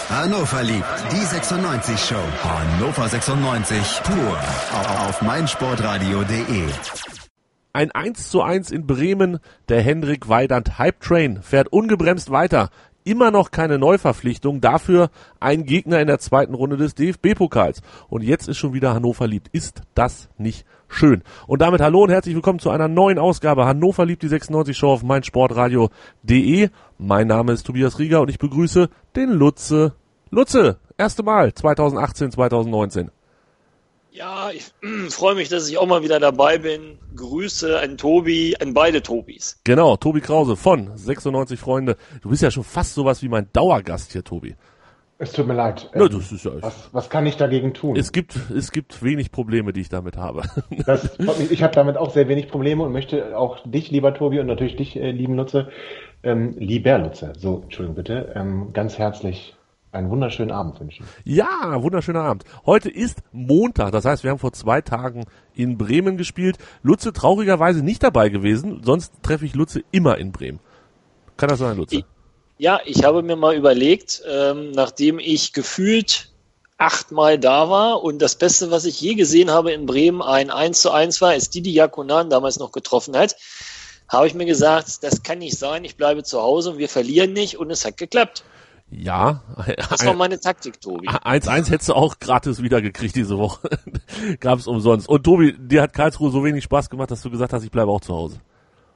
Hannover liebt die 96 Show. Hannover 96 pur auf meinsportradio.de. Ein 1:1 in Bremen. Der Hendrik Weidand Hype Train fährt ungebremst weiter. Immer noch keine Neuverpflichtung, dafür ein Gegner in der zweiten Runde des DFB-Pokals. Und jetzt ist schon wieder Hannover liebt. Ist das nicht schön? Und damit hallo und herzlich willkommen zu einer neuen Ausgabe Hannover liebt die 96 Show auf meinsportradio.de. Mein Name ist Tobias Rieger und ich begrüße den Lutze. Lutze, erste Mal 2018, 2019. Ja, ich freue mich, dass ich auch mal wieder dabei bin. Grüße an Tobi, an beide Tobis. Genau, Tobi Krause von 96 Freunde. Du bist ja schon fast sowas wie mein Dauergast hier, Tobi. Es tut mir leid. Ja, das ist ja was kann ich dagegen tun? Es gibt wenig Probleme, die ich damit habe. Ich habe damit auch sehr wenig Probleme und möchte auch dich, lieber Tobi, und natürlich dich, lieben Lutze, lieber Lutze, so, Entschuldigung bitte, ganz herzlich einen wunderschönen Abend wünschen. Ja, wunderschöner Abend. Heute ist Montag, das heißt, wir haben vor 2 Tagen in Bremen gespielt. Lutze traurigerweise nicht dabei gewesen, sonst treffe ich Lutze immer in Bremen. Kann das sein, Lutze? Ja, ich habe mir mal überlegt, nachdem ich gefühlt 8-mal da war und das Beste, was ich je gesehen habe in Bremen, ein 1:1 war, als Didi Jakunan damals noch getroffen hat, habe ich mir gesagt, das kann nicht sein, ich bleibe zu Hause und wir verlieren nicht, und es hat geklappt. Ja. Das war meine Taktik, Tobi. 1:1 hättest du auch gratis wieder gekriegt diese Woche. Gab's umsonst. Und Tobi, dir hat Karlsruhe so wenig Spaß gemacht, dass du gesagt hast, ich bleibe auch zu Hause.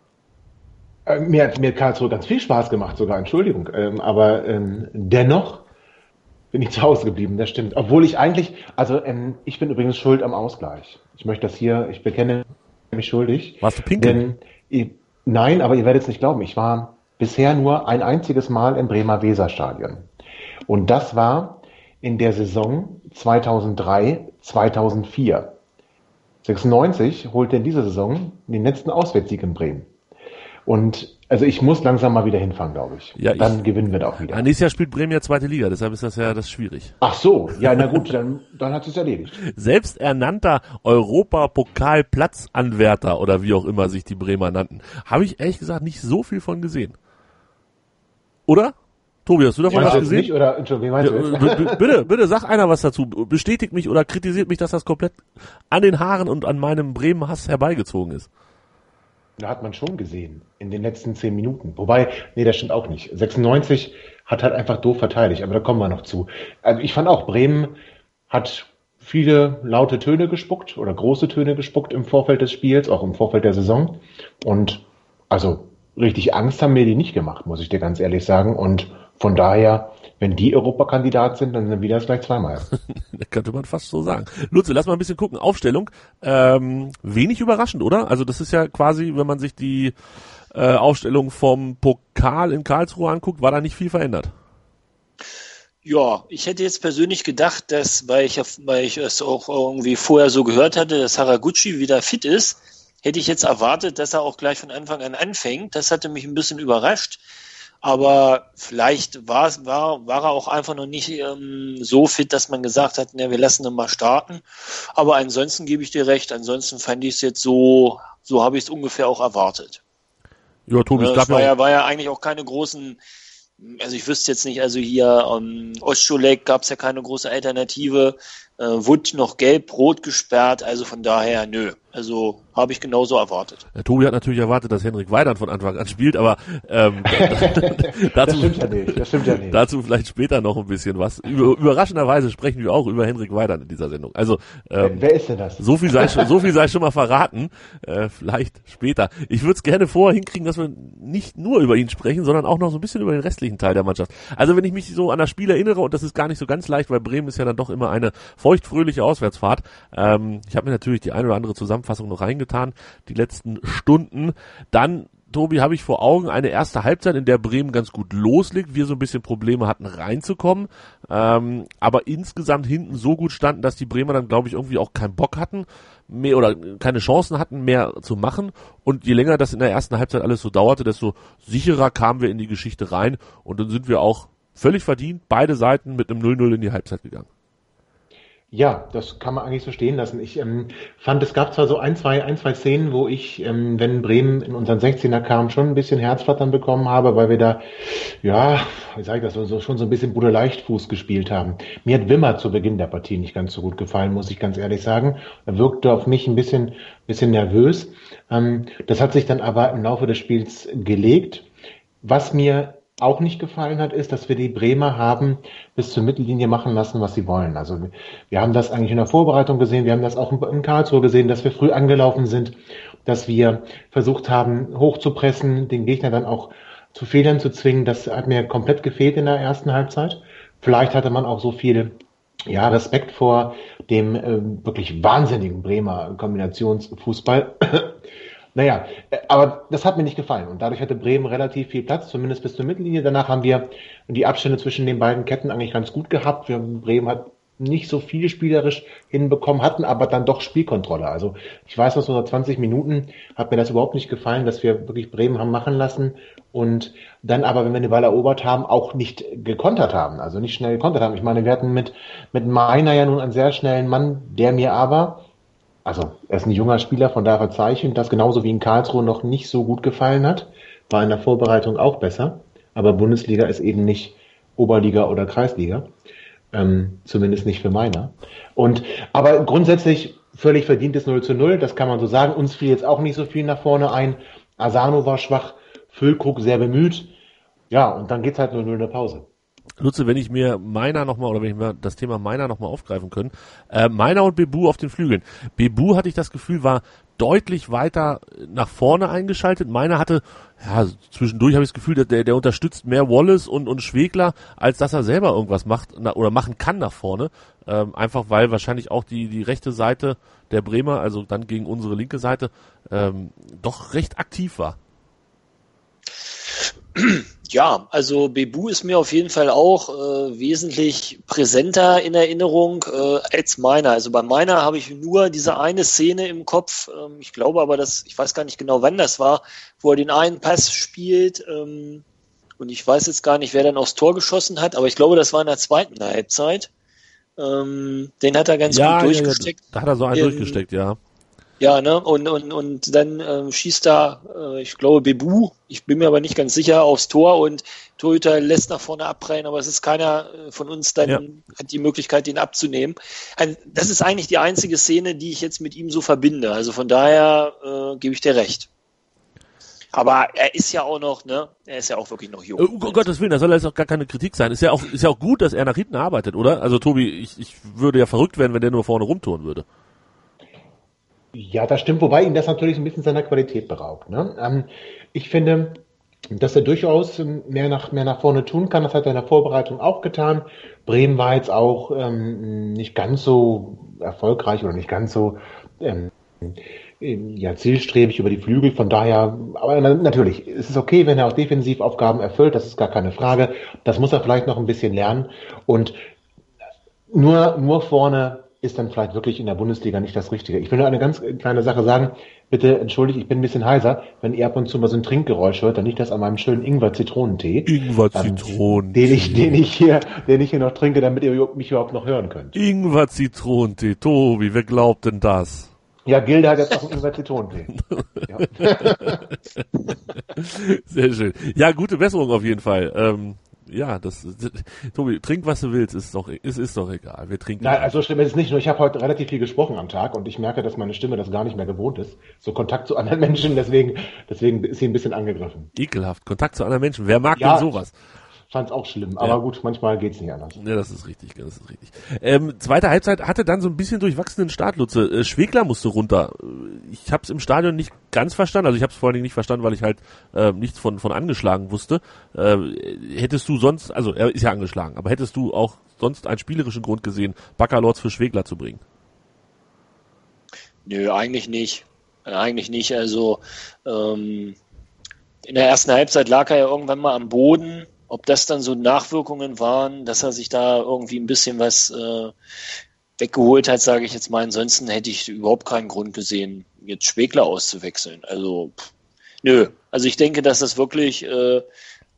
Mir hat Karlsruhe ganz viel Spaß gemacht sogar, Entschuldigung. Aber dennoch bin ich zu Hause geblieben, das stimmt. Obwohl ich eigentlich, ich bin übrigens schuld am Ausgleich. Ich bekenne mich schuldig. Warst du pinkeln? Nein, aber ihr werdet es nicht glauben, ich war bisher nur ein einziges Mal im Bremer Weserstadion. Und das war in der Saison 2003, 2004. 96 holte in dieser Saison den letzten Auswärtssieg in Bremen. Und also ich muss langsam mal wieder hinfahren, glaube ich. Ja, dann gewinnen wir da auch wieder. Nächstes Jahr spielt Bremen ja zweite Liga, deshalb ist das ja das schwierig. Ach so, ja, na gut, dann hat es erledigt. Selbsternannter Europapokal-Platzanwärter oder wie auch immer sich die Bremer nannten, habe ich ehrlich gesagt nicht so viel von gesehen. Oder? Tobi, hast du davon was gesehen? Nicht, oder, Entschuldigung, wie meinst du? Bitte, sag einer was dazu. Bestätigt mich oder kritisiert mich, dass das komplett an den Haaren und an meinem Bremen-Hass herbeigezogen ist. Da hat man schon gesehen, in den letzten 10 Minuten. Wobei, nee, das stimmt auch nicht. 96 hat halt einfach doof verteidigt, aber da kommen wir noch zu. Also ich fand auch, Bremen hat viele laute Töne gespuckt oder große Töne gespuckt im Vorfeld des Spiels, auch im Vorfeld der Saison. Und also richtig Angst haben mir die nicht gemacht, muss ich dir ganz ehrlich sagen. Und von daher, wenn die Europakandidat sind, dann sind wir das gleich 2-mal. Das könnte man fast so sagen. Lutze, lass mal ein bisschen gucken. Aufstellung. Wenig überraschend, oder? Also das ist ja quasi, wenn man sich die Aufstellung vom Pokal in Karlsruhe anguckt, war da nicht viel verändert. Ja, ich hätte jetzt persönlich gedacht, dass, weil ich es auch irgendwie vorher so gehört hatte, dass Haraguchi wieder fit ist, hätte ich jetzt erwartet, dass er auch gleich von Anfang an anfängt. Das hatte mich ein bisschen überrascht. Aber vielleicht war er auch einfach noch nicht so fit, dass man gesagt hat, wir lassen ihn mal starten. Aber ansonsten gebe ich dir recht. Ansonsten fand ich es jetzt so habe ich es ungefähr auch erwartet. Ja, Tobi, es war ja eigentlich auch keine großen, also ich wüsste jetzt nicht, also hier Ostscholek gab es ja keine große Alternative. Wood noch gelb-rot gesperrt, also von daher nö. Also habe ich genauso erwartet. Ja, Tobi hat natürlich erwartet, dass Hendrik Weidand von Anfang an spielt, aber das stimmt ja nicht. Dazu vielleicht später noch ein bisschen was. Überraschenderweise sprechen wir auch über Hendrik Weidand in dieser Sendung. Also wer ist denn das? So viel sei schon mal verraten. Vielleicht später. Ich würde es gerne vorher hinkriegen, dass wir nicht nur über ihn sprechen, sondern auch noch so ein bisschen über den restlichen Teil der Mannschaft. Also wenn ich mich so an das Spiel erinnere, und das ist gar nicht so ganz leicht, weil Bremen ist ja dann doch immer eine feuchtfröhliche Auswärtsfahrt. Ich habe mir natürlich die eine oder andere Zusammenfassung noch reingetan, die letzten Stunden. Dann, Tobi, habe ich vor Augen eine erste Halbzeit, in der Bremen ganz gut loslegt, wir so ein bisschen Probleme hatten reinzukommen, aber insgesamt hinten so gut standen, dass die Bremer dann, glaube ich, irgendwie auch keinen Bock hatten, mehr oder keine Chancen hatten, mehr zu machen. Und je länger das in der ersten Halbzeit alles so dauerte, desto sicherer kamen wir in die Geschichte rein, und dann sind wir auch völlig verdient, beide Seiten mit einem 0:0 in die Halbzeit gegangen. Ja, das kann man eigentlich so stehen lassen. Ich fand, es gab zwar so ein, zwei Szenen, wo ich, wenn Bremen in unseren 16er kam, schon ein bisschen Herzflattern bekommen habe, weil wir da, ja, wie sage ich das, so schon so ein bisschen Bruder Leichtfuß gespielt haben. Mir hat Wimmer zu Beginn der Partie nicht ganz so gut gefallen, muss ich ganz ehrlich sagen. Er wirkte auf mich ein bisschen nervös. Das hat sich dann aber im Laufe des Spiels gelegt. Was mir auch nicht gefallen hat, ist, dass wir die Bremer haben bis zur Mittellinie machen lassen, was sie wollen. Also wir haben das eigentlich in der Vorbereitung gesehen, wir haben das auch in Karlsruhe gesehen, dass wir früh angelaufen sind, dass wir versucht haben, hochzupressen, den Gegner dann auch zu Fehlern zu zwingen. Das hat mir komplett gefehlt in der ersten Halbzeit. Vielleicht hatte man auch so viel Respekt vor dem wirklich wahnsinnigen Bremer Kombinationsfußball. Naja, aber das hat mir nicht gefallen und dadurch hatte Bremen relativ viel Platz, zumindest bis zur Mittellinie. Danach haben wir die Abstände zwischen den beiden Ketten eigentlich ganz gut gehabt. Bremen hat nicht so viel spielerisch hinbekommen, hatten aber dann doch Spielkontrolle. Also ich weiß noch, so nach 20 Minuten hat mir das überhaupt nicht gefallen, dass wir wirklich Bremen haben machen lassen und dann aber, wenn wir den Ball erobert haben, auch nicht gekontert haben, also nicht schnell gekontert haben. Ich meine, wir hatten mit Meiner ja nun einen sehr schnellen Mann, der mir aber, also er ist ein junger Spieler, von daher verzeichnen, das genauso wie in Karlsruhe noch nicht so gut gefallen hat, war in der Vorbereitung auch besser, aber Bundesliga ist eben nicht Oberliga oder Kreisliga, zumindest nicht für Meiner. Aber grundsätzlich völlig verdientes 0:0, das kann man so sagen. Uns fiel jetzt auch nicht so viel nach vorne ein. Asano war schwach, Füllkrug sehr bemüht. Ja, und dann geht's halt 0:0 in der Pause. Lutze, wenn ich mir Meiner nochmal, oder wenn ich mir das Thema Meiner nochmal aufgreifen können, Meiner und Bebu auf den Flügeln. Bebu, hatte ich das Gefühl, war deutlich weiter nach vorne eingeschaltet. Meiner hatte, zwischendurch habe ich das Gefühl, der unterstützt mehr Wallace und Schwegler, als dass er selber irgendwas macht oder machen kann nach vorne. Einfach weil wahrscheinlich auch die rechte Seite der Bremer, also dann gegen unsere linke Seite, doch recht aktiv war. Ja, also Bebu ist mir auf jeden Fall auch wesentlich präsenter in Erinnerung als Meiner. Also bei Meiner habe ich nur diese eine Szene im Kopf. Ich glaube aber, ich weiß gar nicht genau, wann das war, wo er den einen Pass spielt. Und ich weiß jetzt gar nicht, wer dann aufs Tor geschossen hat. Aber ich glaube, das war in der zweiten Halbzeit. Den hat er ganz gut durchgesteckt. Da hat er so einen durchgesteckt, ja. Ja, ne, und dann schießt da, ich glaube, Bebu, ich bin mir aber nicht ganz sicher, aufs Tor und Torhüter lässt nach vorne abprallen, aber es ist keiner von uns dann hat die Möglichkeit, den abzunehmen. Das ist eigentlich die einzige Szene, die ich jetzt mit ihm so verbinde, also von daher gebe ich dir recht. Aber er ist ja auch noch, ne, er ist ja auch wirklich noch jung. Um Gottes Willen, das soll jetzt auch gar keine Kritik sein. Ist ja auch gut, dass er nach hinten arbeitet, oder? Also Tobi, ich würde ja verrückt werden, wenn der nur vorne rumtouren würde. Ja, das stimmt, wobei ihn das natürlich ein bisschen seiner Qualität beraubt. Ne? Ich finde, dass er durchaus mehr nach vorne tun kann. Das hat er in der Vorbereitung auch getan. Bremen war jetzt auch nicht ganz so erfolgreich oder nicht ganz so zielstrebig über die Flügel. Von daher, aber natürlich, es ist okay, wenn er auch Defensivaufgaben erfüllt. Das ist gar keine Frage. Das muss er vielleicht noch ein bisschen lernen. Und nur vorne ist dann vielleicht wirklich in der Bundesliga nicht das Richtige. Ich will nur eine ganz kleine Sache sagen. Bitte entschuldigt, ich bin ein bisschen heiser. Wenn ihr ab und zu mal so ein Trinkgeräusch hört, dann liegt das an meinem schönen Ingwer-Zitronentee. Ingwer-Zitronentee. Den ich hier noch trinke, damit ihr mich überhaupt noch hören könnt. Ingwer-Zitronentee. Tobi, wer glaubt denn das? Ja, Gilde hat jetzt auch einen Ingwer-Zitronentee. Ja. Sehr schön. Ja, gute Besserung auf jeden Fall. Tobi, trink, was du willst, ist doch egal. Wir trinken. Nein, also schlimm ist es nicht, nur ich habe heute relativ viel gesprochen am Tag und ich merke, dass meine Stimme das gar nicht mehr gewohnt ist. So Kontakt zu anderen Menschen, deswegen ist sie ein bisschen angegriffen. Ekelhaft, Kontakt zu anderen Menschen. Wer mag denn sowas? Fand's auch schlimm, aber gut, manchmal geht's nicht anders. Ja, das ist richtig. Zweite Halbzeit hatte dann so ein bisschen durchwachsenen Start, Lutze. Schwegler musste runter. Ich habe es im Stadion nicht ganz verstanden, also ich habe es vor allen Dingen nicht verstanden, weil ich halt nichts von angeschlagen wusste. Hättest du sonst, also er ist ja angeschlagen, aber hättest du auch sonst einen spielerischen Grund gesehen, Baccalords für Schwegler zu bringen? Nö, eigentlich nicht. Also in der ersten Halbzeit lag er ja irgendwann mal am Boden. Ob das dann so Nachwirkungen waren, dass er sich da irgendwie ein bisschen was weggeholt hat, sage ich jetzt mal. Ansonsten hätte ich überhaupt keinen Grund gesehen, jetzt Schwegler auszuwechseln. Also, nö. Also ich denke, dass das wirklich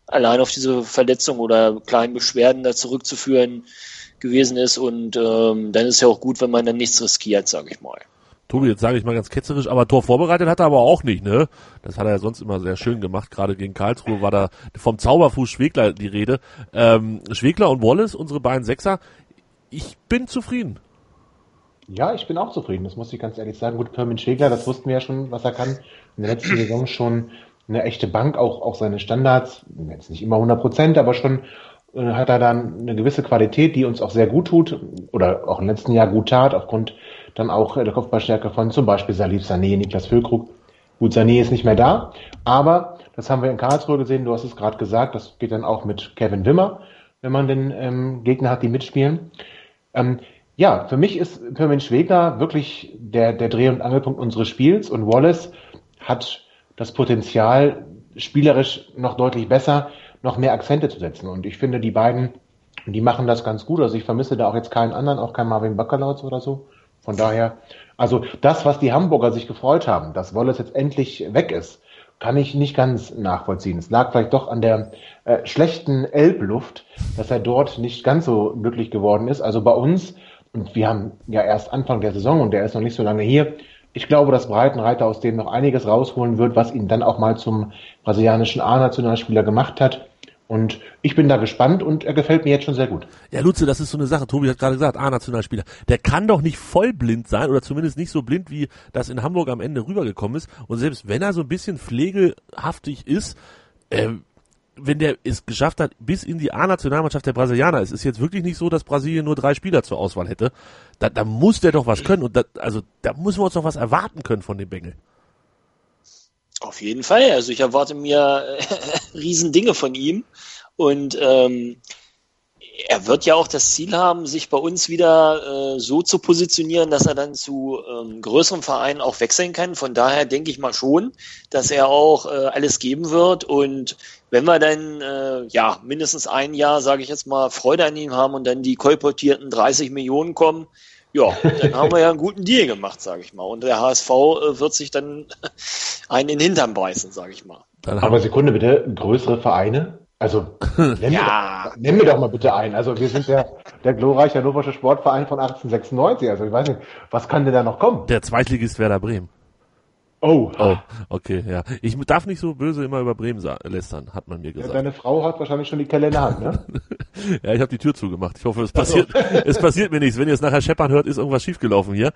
allein auf diese Verletzung oder kleinen Beschwerden da zurückzuführen gewesen ist. Und dann ist es ja auch gut, wenn man dann nichts riskiert, sage ich mal. Tobi, jetzt sage ich mal ganz ketzerisch, aber Tor vorbereitet hat er aber auch nicht, ne? Das hat er ja sonst immer sehr schön gemacht. Gerade gegen Karlsruhe war da vom Zauberfuß Schwegler die Rede. Schwegler und Wallace, unsere beiden Sechser, ich bin zufrieden. Ja, ich bin auch zufrieden, das muss ich ganz ehrlich sagen. Gut, Firmin Schwegler, das wussten wir ja schon, was er kann. In der letzten Saison schon eine echte Bank, auch seine Standards, jetzt nicht immer 100%, aber schon hat er dann eine gewisse Qualität, die uns auch sehr gut tut oder auch im letzten Jahr gut tat, aufgrund dann auch der Kopfballstärke von zum Beispiel Salif Sané, Niklas Füllkrug. Gut, Sané ist nicht mehr da, aber das haben wir in Karlsruhe gesehen, du hast es gerade gesagt, das geht dann auch mit Kevin Wimmer, wenn man den Gegner hat, die mitspielen. Ja, für mich ist Firmin Schwegler wirklich der Dreh- und Angelpunkt unseres Spiels und Wallace hat das Potenzial, spielerisch noch deutlich besser, noch mehr Akzente zu setzen. Und ich finde, die beiden, die machen das ganz gut. Also ich vermisse da auch jetzt keinen anderen, auch keinen Marvin Baccalauz oder so. Von daher, also das, was die Hamburger sich gefreut haben, dass Wallace jetzt endlich weg ist, kann ich nicht ganz nachvollziehen. Es lag vielleicht doch an der schlechten Elbluft, dass er dort nicht ganz so glücklich geworden ist. Also bei uns, und wir haben ja erst Anfang der Saison und der ist noch nicht so lange hier, ich glaube, dass Breitenreiter aus dem noch einiges rausholen wird, was ihn dann auch mal zum brasilianischen A-Nationalspieler gemacht hat. Und ich bin da gespannt und er gefällt mir jetzt schon sehr gut. Ja, Lutze, das ist so eine Sache. Tobi hat gerade gesagt, A-Nationalspieler. Der kann doch nicht voll blind sein oder zumindest nicht so blind, wie das in Hamburg am Ende rübergekommen ist. Und selbst wenn er so ein bisschen pflegelhaftig ist, wenn der es geschafft hat, bis in die A-Nationalmannschaft der Brasilianer, es ist jetzt wirklich nicht so, dass Brasilien nur 3 Spieler zur Auswahl hätte, da muss der doch was können und da müssen wir uns doch was erwarten können von dem Bengel. Auf jeden Fall, also ich erwarte mir Riesendinge von ihm und er wird ja auch das Ziel haben, sich bei uns wieder so zu positionieren, dass er dann zu größeren Vereinen auch wechseln kann. Von daher denke ich mal schon, dass er auch alles geben wird. Und wenn wir dann mindestens ein Jahr, sage ich jetzt mal, Freude an ihm haben und dann die kolportierten 30 Millionen kommen, ja, dann haben wir ja einen guten Deal gemacht, sage ich mal. Und der HSV wird sich dann einen in den Hintern beißen, sage ich mal. Aber Sekunde bitte, größere Vereine? Also, nenn mir doch mal bitte einen. Also, wir sind der glorreiche Hannoversche Sportverein von 1896. Also, ich weiß nicht, was kann denn da noch kommen? Der Zweitligist Werder Bremen. Oh, okay, ja. Ich darf nicht so böse immer über Bremen lästern, hat man mir gesagt. Ja, deine Frau hat wahrscheinlich schon die Kelle in der Hand, ne? Ja, ich habe die Tür zugemacht. Ich hoffe, es passiert mir nichts. Wenn ihr es nachher scheppern hört, ist irgendwas schiefgelaufen hier.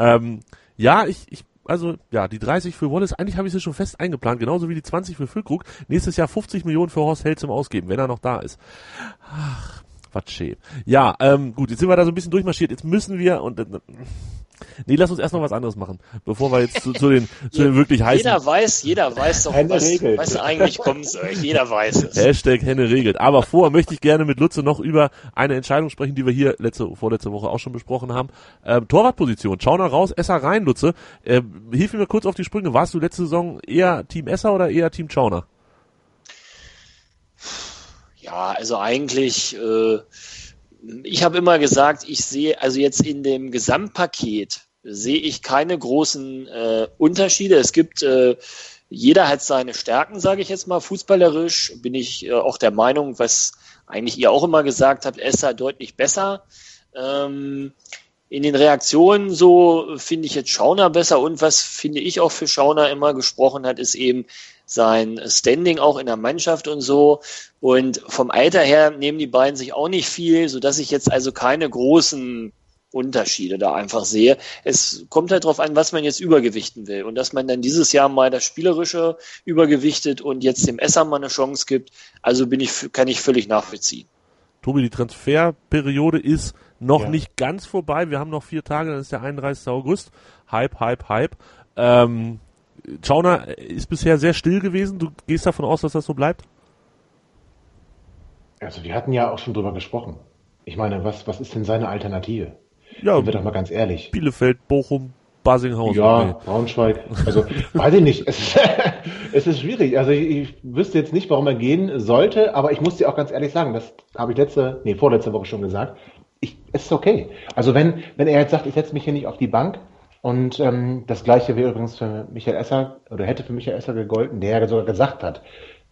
Die 30 für Wallace, eigentlich habe ich sie schon fest eingeplant, genauso wie die 20 für Füllkrug. Nächstes Jahr 50 Millionen für Horst Held zum Ausgeben, wenn er noch da ist. Ach, was schön. Ja, gut, jetzt sind wir da so ein bisschen durchmarschiert. Jetzt müssen wir lass uns erst noch was anderes machen, bevor wir jetzt zu den wirklich heißen... Jeder weiß doch, was eigentlich kommen soll. Jeder weiß es. Hashtag Henne regelt. Aber vorher möchte ich gerne mit Lutze noch über eine Entscheidung sprechen, die wir hier vorletzte Woche auch schon besprochen haben. Torwartposition. Schauner raus, Esser rein, Lutze. Hilf mir kurz auf die Sprünge. Warst du letzte Saison eher Team Esser oder eher Team Schauner? Ja, also eigentlich... Ich habe immer gesagt, ich sehe, also jetzt in dem Gesamtpaket sehe ich keine großen Unterschiede. Es gibt, jeder hat seine Stärken, sage ich jetzt mal. Fußballerisch bin ich auch der Meinung, was eigentlich ihr auch immer gesagt habt, Esser deutlich besser. In den Reaktionen so finde ich jetzt Schauner besser und was finde ich auch für Schauner immer gesprochen hat, ist eben sein Standing auch in der Mannschaft und so. Und vom Alter her nehmen die beiden sich auch nicht viel, sodass ich jetzt also keine großen Unterschiede da einfach sehe. Es kommt halt drauf an, was man jetzt übergewichten will. Und dass man dann dieses Jahr mal das Spielerische übergewichtet und jetzt dem Esser mal eine Chance gibt, also kann ich völlig nachvollziehen. Tobi, die Transferperiode ist noch nicht ganz vorbei. Wir haben noch 4 Tage, dann ist der 31. August. Hype. Schauner ist bisher sehr still gewesen. Du gehst davon aus, dass das so bleibt? Also wir hatten ja auch schon drüber gesprochen. Ich meine, was ist denn seine Alternative? Ja, Sind wir doch mal ganz ehrlich. Bielefeld, Bochum, Basinghausen. Ja, Braunschweig. Also weiß ich nicht. Es ist schwierig. Also ich wüsste jetzt nicht, warum er gehen sollte, aber ich muss dir auch ganz ehrlich sagen, das habe ich vorletzte Woche schon gesagt. Es ist okay. Also wenn er jetzt sagt, ich setze mich hier nicht auf die Bank, und das Gleiche wäre übrigens für Michael Esser, oder hätte für Michael Esser gegolten, der ja sogar gesagt hat,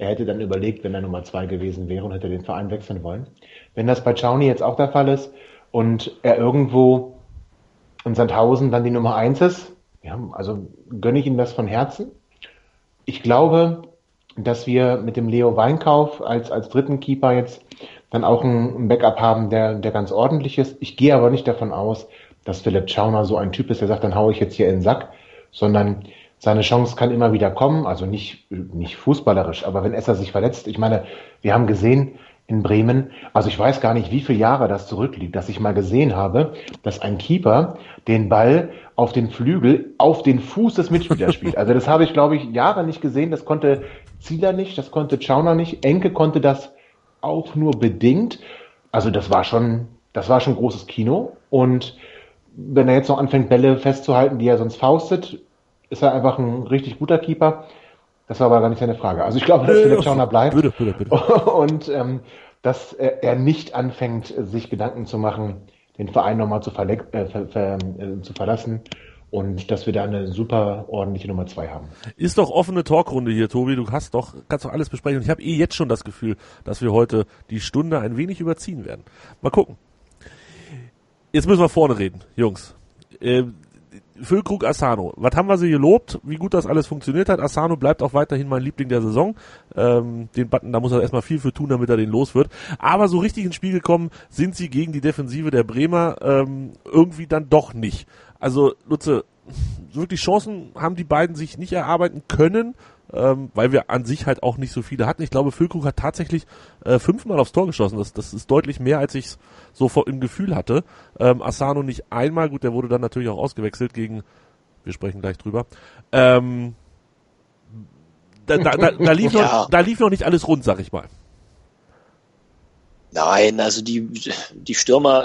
er hätte dann überlegt, wenn er Nummer 2 gewesen wäre und hätte den Verein wechseln wollen. Wenn das bei Czauny jetzt auch der Fall ist und er irgendwo in Sandhausen dann die Nummer 1 ist, ja, also gönne ich ihm das von Herzen. Ich glaube, dass wir mit dem Leo Weinkauf als dritten Keeper jetzt dann auch ein Backup haben, der ganz ordentlich ist. Ich gehe aber nicht davon aus, dass Philipp Czauner so ein Typ ist, der sagt, dann haue ich jetzt hier in den Sack, sondern seine Chance kann immer wieder kommen, also nicht fußballerisch, aber wenn Esser sich verletzt, ich meine, wir haben gesehen in Bremen, also ich weiß gar nicht, wie viele Jahre das zurückliegt, dass ich mal gesehen habe, dass ein Keeper den Ball auf den Flügel auf den Fuß des Mitspielers spielt. Also das habe ich, glaube ich, Jahre nicht gesehen, das konnte Zieler nicht, das konnte Czauner nicht, Enke konnte das auch nur bedingt, also das war schon großes Kino und wenn er jetzt noch anfängt, Bälle festzuhalten, die er sonst faustet, ist er einfach ein richtig guter Keeper. Das war aber gar nicht seine Frage. Also ich glaube, dass Philipp Czauner bleibt. Bitte. Und dass er nicht anfängt, sich Gedanken zu machen, den Verein nochmal zu verlassen und dass wir da eine super ordentliche Nummer 2 haben. Ist doch offene Talkrunde hier, Tobi. Du kannst doch alles besprechen. Und ich habe jetzt schon das Gefühl, dass wir heute die Stunde ein wenig überziehen werden. Mal gucken. Jetzt müssen wir vorne reden, Jungs. Füllkrug, Asano. Was haben wir sie gelobt? Wie gut das alles funktioniert hat. Asano bleibt auch weiterhin mein Liebling der Saison. Den Button, da muss er erstmal viel für tun, damit er den los wird. Aber so richtig ins Spiel gekommen sind sie gegen die Defensive der Bremer irgendwie dann doch nicht. Also, Lutze, wirklich Chancen haben die beiden sich nicht erarbeiten können, weil wir an sich halt auch nicht so viele hatten. Ich glaube, Füllkrug hat tatsächlich 5-mal aufs Tor geschossen. Das ist deutlich mehr, als ich so im Gefühl hatte. Asano nicht einmal, gut, der wurde dann natürlich auch ausgewechselt gegen, wir sprechen gleich drüber. Da lief noch nicht alles rund, sag ich mal. Nein, also die Stürmer,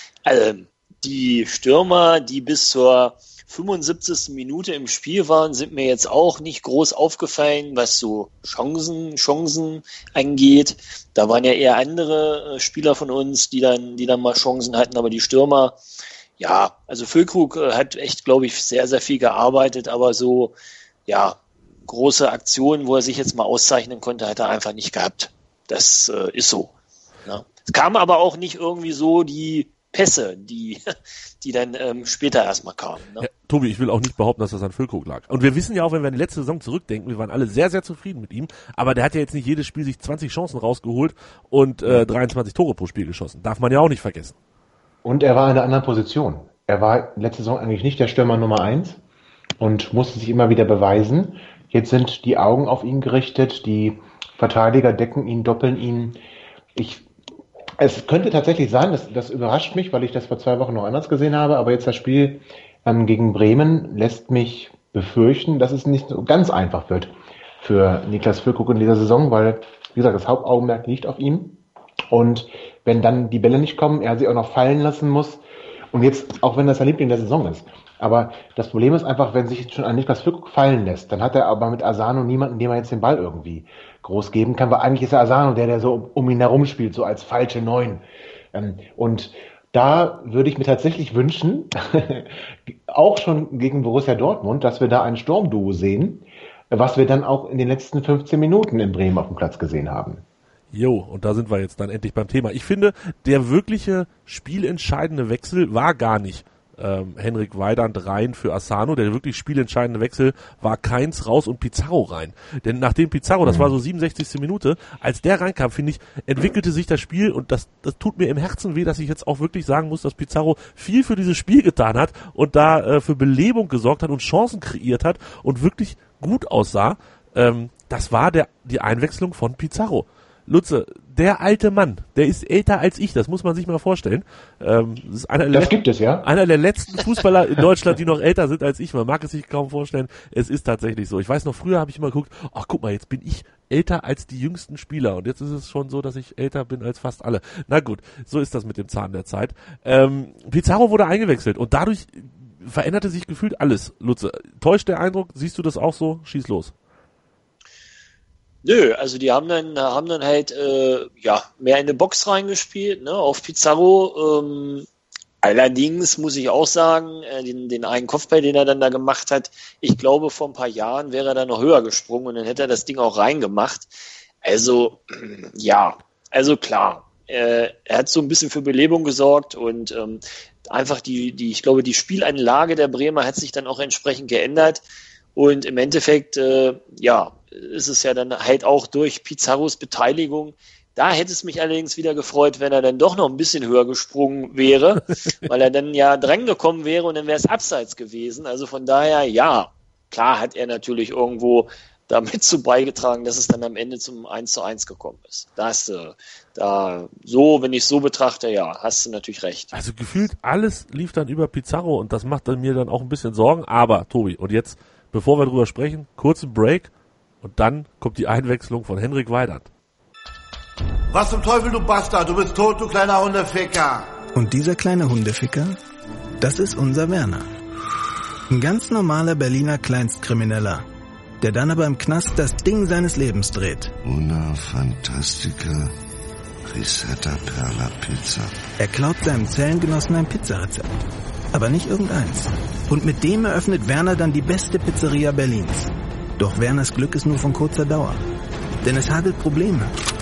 die bis zur 75. Minute im Spiel waren, sind mir jetzt auch nicht groß aufgefallen, was so Chancen angeht. Da waren ja eher andere Spieler von uns, die dann mal Chancen hatten, aber die Stürmer, ja, also Füllkrug hat echt, glaube ich, sehr, sehr viel gearbeitet, aber so, ja, große Aktionen, wo er sich jetzt mal auszeichnen konnte, hat er einfach nicht gehabt. Das ist so. Ja. Es kam aber auch nicht irgendwie so die Pässe, die dann später erstmal kamen. Ne? Ja, Tobi, ich will auch nicht behaupten, dass das an Füllkrug lag. Und wir wissen ja auch, wenn wir an die letzte Saison zurückdenken, wir waren alle sehr, sehr zufrieden mit ihm, aber der hat ja jetzt nicht jedes Spiel sich 20 Chancen rausgeholt und 23 Tore pro Spiel geschossen. Darf man ja auch nicht vergessen. Und er war in einer anderen Position. Er war letzte Saison eigentlich nicht der Stürmer Nummer 1 und musste sich immer wieder beweisen. Jetzt sind die Augen auf ihn gerichtet, die Verteidiger decken ihn, doppeln ihn. Es könnte tatsächlich sein, das überrascht mich, weil ich das vor 2 Wochen noch anders gesehen habe, aber jetzt das Spiel gegen Bremen lässt mich befürchten, dass es nicht so ganz einfach wird für Niklas Füllkrug in dieser Saison, weil, wie gesagt, das Hauptaugenmerk liegt auf ihm. Und wenn dann die Bälle nicht kommen, er sie auch noch fallen lassen muss, und jetzt, auch wenn das sein Liebling der Saison ist, aber das Problem ist einfach, wenn sich schon ein Niklas Füllkrug fallen lässt, dann hat er aber mit Asano niemanden, dem er jetzt den Ball irgendwie groß geben kann, weil eigentlich ist er Asano, der so um ihn herum spielt, so als falsche 9. Und da würde ich mir tatsächlich wünschen, auch schon gegen Borussia Dortmund, dass wir da ein Sturmduo sehen, was wir dann auch in den letzten 15 Minuten in Bremen auf dem Platz gesehen haben. Jo, und da sind wir jetzt dann endlich beim Thema. Ich finde, der wirkliche spielentscheidende Wechsel war gar nicht Henrik Weidand rein für Asano. Der wirklich spielentscheidende Wechsel war Keins raus und Pizarro rein. Denn nachdem Pizarro, das war so 67. Minute, als der reinkam, finde ich, entwickelte sich das Spiel und das tut mir im Herzen weh, dass ich jetzt auch wirklich sagen muss, dass Pizarro viel für dieses Spiel getan hat und da für Belebung gesorgt hat und Chancen kreiert hat und wirklich gut aussah. Das war die Einwechslung von Pizarro. Lutze, der alte Mann, der ist älter als ich, das muss man sich mal vorstellen. Das gibt es, ja. Einer der letzten Fußballer in Deutschland, die noch älter sind als ich. Man mag es sich kaum vorstellen. Es ist tatsächlich so. Ich weiß noch, früher habe ich immer geguckt, ach guck mal, jetzt bin ich älter als die jüngsten Spieler. Und jetzt ist es schon so, dass ich älter bin als fast alle. Na gut, so ist das mit dem Zahn der Zeit. Pizarro wurde eingewechselt und dadurch veränderte sich gefühlt alles. Lutze, täuscht der Eindruck? Siehst du das auch so? Schieß los. Nö, also die haben dann halt mehr in eine Box reingespielt, ne, auf Pizarro. Allerdings muss ich auch sagen, den einen Kopfball, den er dann da gemacht hat, ich glaube, vor ein paar Jahren wäre er da noch höher gesprungen und dann hätte er das Ding auch reingemacht. Also, ja, also klar. Er hat so ein bisschen für Belebung gesorgt und einfach ich glaube, die Spielanlage der Bremer hat sich dann auch entsprechend geändert. Und im Endeffekt, ist es ja dann halt auch durch Pizarros Beteiligung. Da hätte es mich allerdings wieder gefreut, wenn er dann doch noch ein bisschen höher gesprungen wäre, weil er dann ja drangekommen wäre und dann wäre es abseits gewesen. Also von daher, ja, klar hat er natürlich irgendwo damit zu beigetragen, dass es dann am Ende zum 1:1 gekommen ist. Wenn ich es so betrachte, ja, hast du natürlich recht. Also gefühlt alles lief dann über Pizarro und das macht dann mir dann auch ein bisschen Sorgen. Aber, Tobi, und jetzt, bevor wir drüber sprechen, kurzen Break und dann kommt die Einwechslung von Henrik Weidand. Was zum Teufel, du Bastard, du bist tot, du kleiner Hundeficker. Und dieser kleine Hundeficker, das ist unser Werner. Ein ganz normaler Berliner Kleinstkrimineller, der dann aber im Knast das Ding seines Lebens dreht. Una Fantastica Risetta Perla Pizza. Er klaut seinem Zellengenossen ein Pizzarezept, aber nicht irgendeins. Und mit dem eröffnet Werner dann die beste Pizzeria Berlins. Doch Werners Glück ist nur von kurzer Dauer, denn es hagelt Probleme.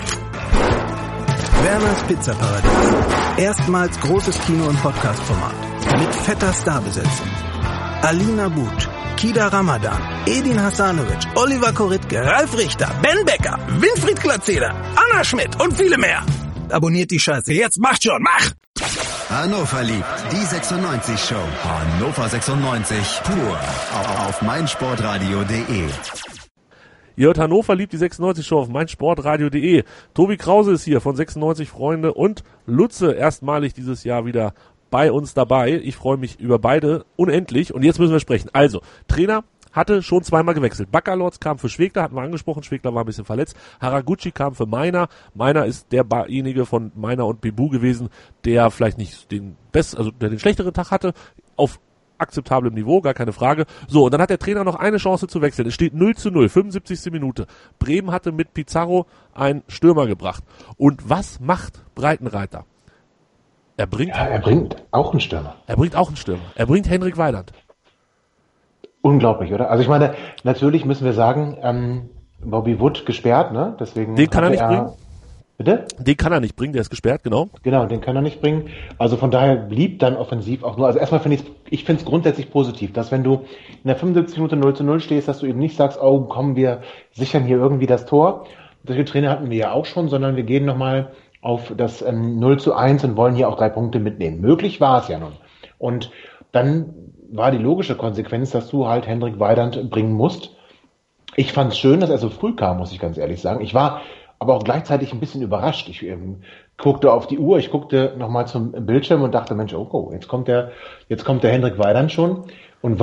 Werners Pizzaparadies. Erstmals großes Kino- und Podcast-Format. Mit fetter Starbesetzung. Alina But, Kida Ramadan, Edin Hasanovic, Oliver Koritke, Ralf Richter, Ben Becker, Winfried Glatzeder, Anna Schmidt und viele mehr. Abonniert die Scheiße. Jetzt macht schon, mach! Hannover liebt die 96 Show. Hannover 96 pur auf meinsportradio.de. Ihr hört Hannover liebt die 96 Show auf meinsportradio.de. Tobi Krause ist hier von 96 Freunde und Lutze erstmalig dieses Jahr wieder bei uns dabei. Ich freue mich über beide unendlich und jetzt müssen wir sprechen. Also, Trainer hatte schon zweimal gewechselt. Baccalords kam für Schwegler, hatten wir angesprochen, Schwegler war ein bisschen verletzt. Haraguchi kam für Meiner. Meiner ist derjenige von Meiner und Bebu gewesen, der vielleicht nicht der den schlechteren Tag hatte, auf akzeptablem Niveau, gar keine Frage. So, und dann hat der Trainer noch eine Chance zu wechseln. Es steht 0:0, 75. Minute. Bremen hatte mit Pizarro einen Stürmer gebracht. Und was macht Breitenreiter? Er bringt auch einen Stürmer. Er bringt Henrik Weidand. Unglaublich, oder? Also ich meine, natürlich müssen wir sagen, Bobby Wood gesperrt, ne? Deswegen den kann er nicht bringen. Bitte? Den kann er nicht bringen, der ist gesperrt, genau. Genau, den kann er nicht bringen. Also von daher blieb dann offensiv auch nur, also erstmal finde ich finde es grundsätzlich positiv, dass wenn du in der 75 Minute 0:0 stehst, dass du eben nicht sagst, oh komm, wir sichern hier irgendwie das Tor. Solche Trainer hatten wir ja auch schon, sondern wir gehen nochmal auf das 0:1 und wollen hier auch 3 Punkte mitnehmen. Möglich war es ja nun. Und dann war die logische Konsequenz, dass du halt Henrik Weidand bringen musst. Ich fand es schön, dass er so früh kam, muss ich ganz ehrlich sagen. Ich war aber auch gleichzeitig ein bisschen überrascht. Ich guckte auf die Uhr, ich guckte nochmal zum Bildschirm und dachte, Mensch, oh, jetzt kommt der Henrik Weidand schon und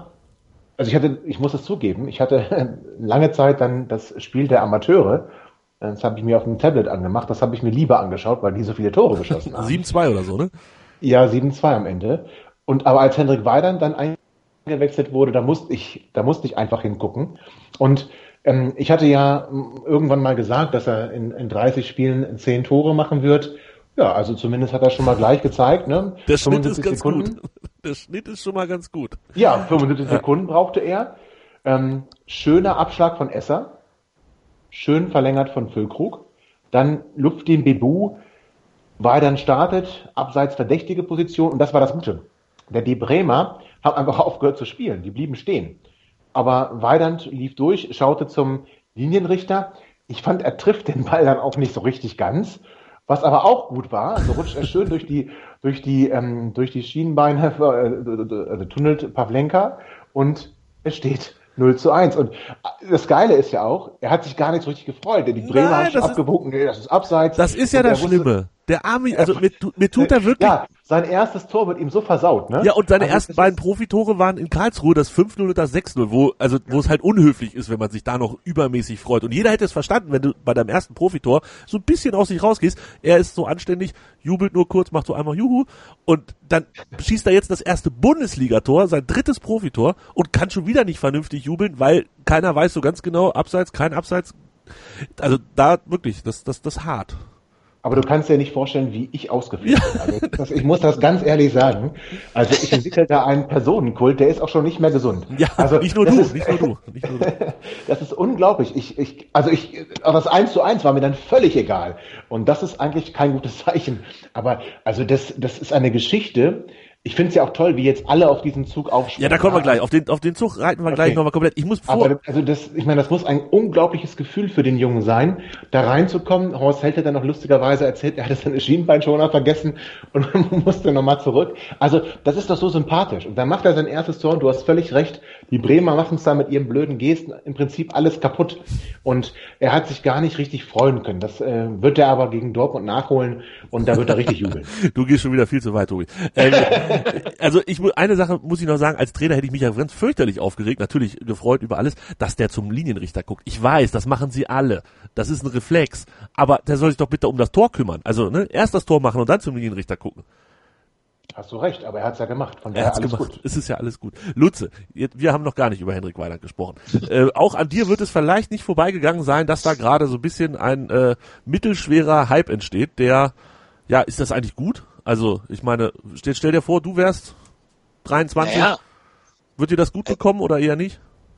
ich muss es zugeben, ich hatte lange Zeit dann das Spiel der Amateure, das habe ich mir auf dem Tablet angemacht, das habe ich mir lieber angeschaut, weil die so viele Tore geschossen haben. 7:2 oder so, ne? Ja, 7:2 am Ende. Aber als Henrik Weidand dann eingewechselt wurde, da musste ich einfach hingucken. Und ich hatte ja irgendwann mal gesagt, dass er in 30 Spielen 10 Tore machen wird. Ja, also zumindest hat er schon mal gleich gezeigt. Ne? Der Schnitt ist ganz gut. Der Schnitt ist schon mal ganz gut. Ja, 75 Sekunden brauchte er. Schöner Abschlag von Esser. Schön verlängert von Füllkrug. Dann lupft den Bebu. Weidand startet, abseits verdächtige Position. Und das war das Gute. Die Bremer haben einfach aufgehört zu spielen. Die blieben stehen. Aber Weidand lief durch, schaute zum Linienrichter. Ich fand, er trifft den Ball dann auch nicht so richtig ganz. Was aber auch gut war, so rutscht er schön durch die Schienenbeine, also tunnelt Pavlenka und es steht 0:1. Und das Geile ist ja auch, er hat sich gar nicht so richtig gefreut. Die Bremer haben schon abgewunken, nee, das ist abseits. Das ist ja das Schlimme. Der Arme, also mir tut er wirklich... Ja, sein erstes Tor wird ihm so versaut, ne? Ja, und seine ersten beiden Profitore waren in Karlsruhe, das 5:0 und das 6:0, wo es halt unhöflich ist, wenn man sich da noch übermäßig freut. Und jeder hätte es verstanden, wenn du bei deinem ersten Profitor so ein bisschen aus sich rausgehst. Er ist so anständig, jubelt nur kurz, macht so einmal Juhu und dann schießt er jetzt das erste Bundesligator, sein 3. Profitor und kann schon wieder nicht vernünftig jubeln, weil keiner weiß so ganz genau, Abseits, kein Abseits. Also da wirklich, das hart. Aber du kannst dir nicht vorstellen, wie ich ausgeflippt bin. Also ich muss das ganz ehrlich sagen. Also ich entwickle da einen Personenkult, der ist auch schon nicht mehr gesund. Ja, also nicht nur du. Das ist unglaublich. Aber das 1:1 war mir dann völlig egal. Und das ist eigentlich kein gutes Zeichen. Aber also das ist eine Geschichte. Ich finde es ja auch toll, wie jetzt alle auf diesen Zug aufspringen. Ja, da kommen wir gleich. Auf den Zug reiten wir gleich nochmal komplett. Ich muss das muss ein unglaubliches Gefühl für den Jungen sein, da reinzukommen. Horst Held hat dann noch lustigerweise erzählt, er hatte seine Schienbeinschoner vergessen und musste nochmal zurück. Also, das ist doch so sympathisch. Und dann macht er sein erstes Tor und du hast völlig recht. Die Bremer machen es da mit ihren blöden Gesten im Prinzip alles kaputt. Und er hat sich gar nicht richtig freuen können. Das wird er aber gegen Dortmund nachholen und da wird er richtig jubeln. Du gehst schon wieder viel zu weit, Tobi. Also eine Sache muss ich noch sagen, als Trainer hätte ich mich ja ganz fürchterlich aufgeregt, natürlich gefreut über alles, dass der zum Linienrichter guckt. Ich weiß, das machen sie alle. Das ist ein Reflex. Aber der soll sich doch bitte um das Tor kümmern. Also erst das Tor machen und dann zum Linienrichter gucken. Hast du recht, aber er hat's ja gemacht. Von daher alles gut. Es ist ja alles gut. Lutze, wir haben noch gar nicht über Henrik Weidand gesprochen. Auch an dir wird es vielleicht nicht vorbeigegangen sein, dass da gerade so ein bisschen ein mittelschwerer Hype entsteht, der, ja, ist das eigentlich gut? Also, ich meine, stell dir vor, du wärst 23. Naja. Wird dir das gut bekommen oder eher nicht?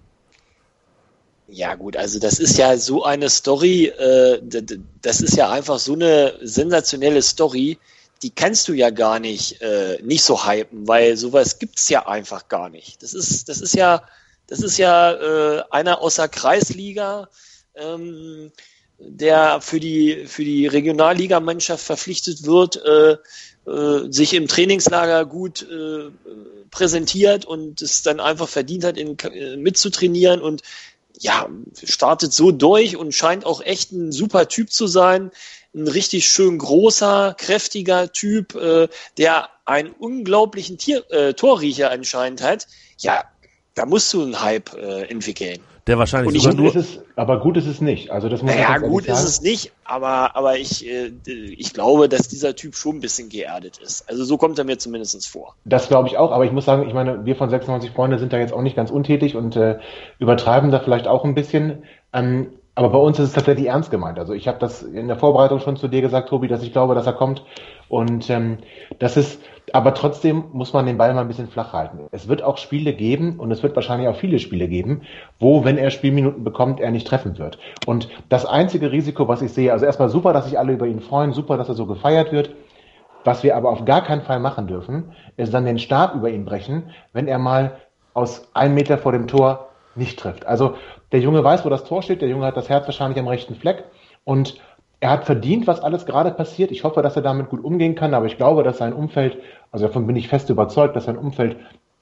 Ja gut, also das ist ja so eine Story, das ist ja einfach so eine sensationelle Story, die kannst du ja gar nicht so hypen, weil sowas gibt's ja einfach gar nicht. Das ist ja einer aus der Kreisliga, der für die Regionalligamannschaft verpflichtet wird, sich im Trainingslager gut präsentiert und es dann einfach verdient hat, mitzutrainieren und ja, startet so durch und scheint auch echt ein super Typ zu sein. Ein richtig schön großer, kräftiger Typ, der einen unglaublichen Torriecher anscheinend hat. Ja, da musst du einen Hype entwickeln. Der wahrscheinlich aber gut ist es nicht. Also das muss ja, gut ist es nicht, aber ich glaube, dass dieser Typ schon ein bisschen geerdet ist. Also so kommt er mir zumindest vor. Das glaube ich auch, aber ich muss sagen, ich meine, wir von 96 Freunde sind da jetzt auch nicht ganz untätig und übertreiben da vielleicht auch ein bisschen. Aber bei uns ist es tatsächlich ernst gemeint. Also ich habe das in der Vorbereitung schon zu dir gesagt, Tobi, dass ich glaube, dass er kommt. Und aber trotzdem muss man den Ball mal ein bisschen flach halten. Es wird auch Spiele geben und es wird wahrscheinlich auch viele Spiele geben, wo, wenn er Spielminuten bekommt, er nicht treffen wird. Und das einzige Risiko, was ich sehe, also erstmal super, dass sich alle über ihn freuen, super, dass er so gefeiert wird. Was wir aber auf gar keinen Fall machen dürfen, ist dann den Stab über ihn brechen, wenn er mal aus 1 Meter vor dem Tor nicht trifft. Also der Junge weiß, wo das Tor steht, der Junge hat das Herz wahrscheinlich am rechten Fleck und er hat verdient, was alles gerade passiert. Ich hoffe, dass er damit gut umgehen kann, aber ich glaube, dass sein Umfeld, also davon bin ich fest überzeugt, dass sein Umfeld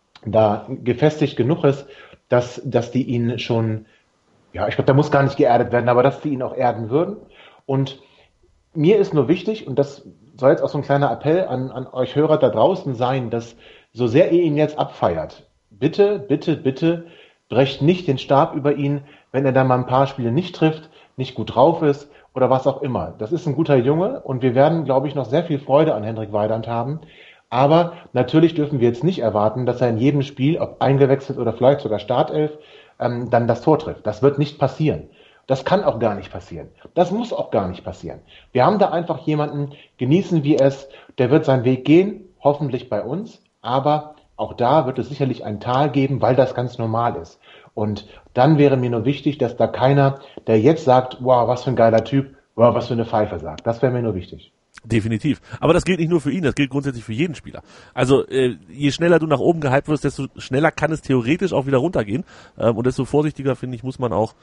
da gefestigt genug ist, dass die ihn schon, ja, ich glaube, da muss gar nicht geerdet werden, aber dass die ihn auch erden würden. Und mir ist nur wichtig, und das soll jetzt auch so ein kleiner Appell an euch Hörer da draußen sein, dass so sehr ihr ihn jetzt abfeiert, bitte, bitte, bitte brecht nicht den Stab über ihn, wenn er dann mal ein paar Spiele nicht trifft, nicht gut drauf ist oder was auch immer. Das ist ein guter Junge und wir werden, glaube ich, noch sehr viel Freude an Henrik Weidand haben. Aber natürlich dürfen wir jetzt nicht erwarten, dass er in jedem Spiel, ob eingewechselt oder vielleicht sogar Startelf, dann das Tor trifft. Das wird nicht passieren. Das kann auch gar nicht passieren. Das muss auch gar nicht passieren. Wir haben da einfach jemanden, genießen wir es, der wird seinen Weg gehen, hoffentlich bei uns, aber auch da wird es sicherlich ein Tal geben, weil das ganz normal ist. Und dann wäre mir nur wichtig, dass da keiner, der jetzt sagt, wow, was für ein geiler Typ, wow, was für eine Pfeife sagt. Das wäre mir nur wichtig. Definitiv. Aber das gilt nicht nur für ihn, das gilt grundsätzlich für jeden Spieler. Also je schneller du nach oben gehypt wirst, desto schneller kann es theoretisch auch wieder runtergehen. Und desto vorsichtiger, finde ich, muss man auch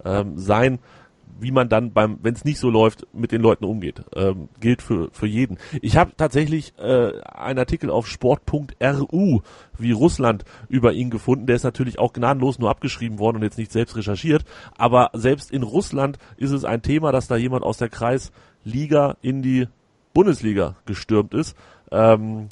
sein, wie man dann wenn es nicht so läuft, mit den Leuten umgeht. Gilt für jeden. Ich habe tatsächlich einen Artikel auf sport.ru wie Russland über ihn gefunden. Der ist natürlich auch gnadenlos nur abgeschrieben worden und jetzt nicht selbst recherchiert. Aber selbst in Russland ist es ein Thema, dass da jemand aus der Kreisliga in die Bundesliga gestürmt ist. Kevin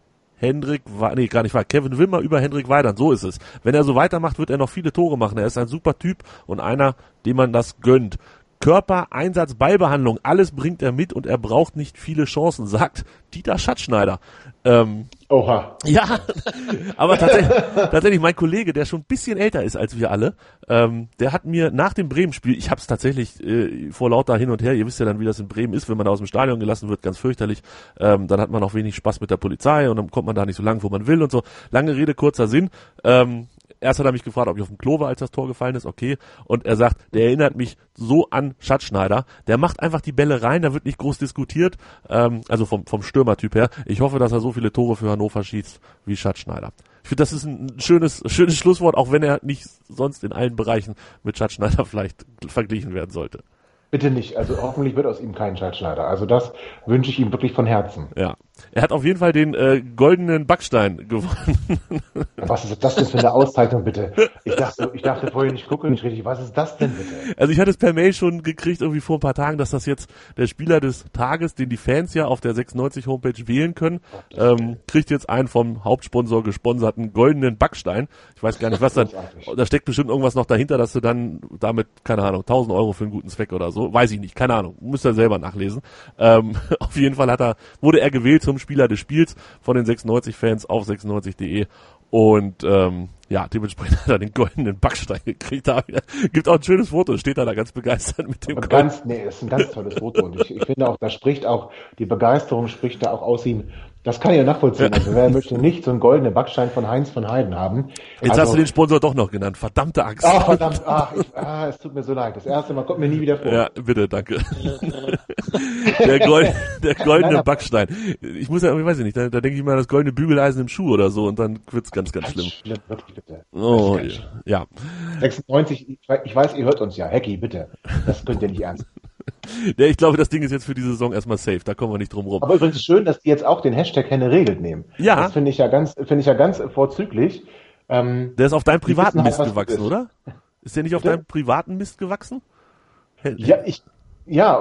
Wimmer über Henrik Weidand, so ist es. Wenn er so weitermacht, wird er noch viele Tore machen. Er ist ein super Typ und einer, dem man das gönnt. Körper, Einsatz, Ballbehandlung, alles bringt er mit und er braucht nicht viele Chancen, sagt Dieter Schatzschneider. Oha. Ja, aber tatsächlich mein Kollege, der schon ein bisschen älter ist als wir alle, der hat mir nach dem Bremen-Spiel, ich habe es tatsächlich vor lauter hin und her, ihr wisst ja dann, wie das in Bremen ist, wenn man da aus dem Stadion gelassen wird, ganz fürchterlich, dann hat man auch wenig Spaß mit der Polizei und dann kommt man da nicht so lang, wo man will und so. Lange Rede, kurzer Sinn. Erst hat er mich gefragt, ob ich auf dem Klo war, als das Tor gefallen ist, okay. Und er sagt, der erinnert mich so an Schatzschneider. Der macht einfach die Bälle rein, da wird nicht groß diskutiert. Also vom Stürmertyp her. Ich hoffe, dass er so viele Tore für Hannover schießt wie Schatzschneider. Ich finde, das ist ein schönes Schlusswort, auch wenn er nicht sonst in allen Bereichen mit Schatzschneider vielleicht verglichen werden sollte. Bitte nicht. Also hoffentlich wird aus ihm kein Schatzschneider. Also das wünsche ich ihm wirklich von Herzen. Ja. Er hat auf jeden Fall den goldenen Backstein gewonnen. Was ist das denn für eine Auszeichnung, bitte? Ich dachte vorhin, ich gucke nicht richtig. Was ist das denn, bitte? Also ich hatte es per Mail schon gekriegt, irgendwie vor ein paar Tagen, dass das jetzt der Spieler des Tages, den die Fans ja auf der 96 Homepage wählen können, kriegt jetzt einen vom Hauptsponsor gesponserten goldenen Backstein. Ich weiß gar nicht, was da steckt bestimmt irgendwas noch dahinter, dass du dann damit, keine Ahnung, 1.000 Euro für einen guten Zweck oder so, weiß ich nicht, keine Ahnung, müsst ihr selber nachlesen. Auf jeden Fall wurde er gewählt zum Spieler des Spiels von den 96-Fans auf 96.de und dementsprechend hat er den goldenen Backstein gekriegt. Gibt auch ein schönes Foto, steht da ganz begeistert mit dem das ist ein ganz tolles Foto und ich finde auch, die Begeisterung spricht da auch aus ihm. Das kann ich ja nachvollziehen. Also wer möchte nicht so einen goldenen Backstein von Heinz von Heiden haben? Jetzt hast du den Sponsor doch noch genannt. Verdammte Axt. Ach, verdammt. Es tut mir so leid. Das erste Mal kommt mir nie wieder vor. Ja, bitte, danke. Der goldene Backstein. Ich weiß nicht, da denke ich mal das goldene Bügeleisen im Schuh oder so und dann wird's ganz, ganz schlimm. Schlimm, wirklich, bitte. Oh, ja. 96, ich weiß, ihr hört uns ja. Hecki, bitte. Das könnt ihr nicht ernst. Ja, ich glaube, das Ding ist jetzt für diese Saison erstmal safe, da kommen wir nicht drum rum. Aber übrigens schön, dass die jetzt auch den Hashtag Henne regelt nehmen. Ja. Das finde ich ja ganz vorzüglich. Der ist auf deinem privaten Mist gewachsen, oder? Ist der nicht auf deinem privaten Mist gewachsen? Ja,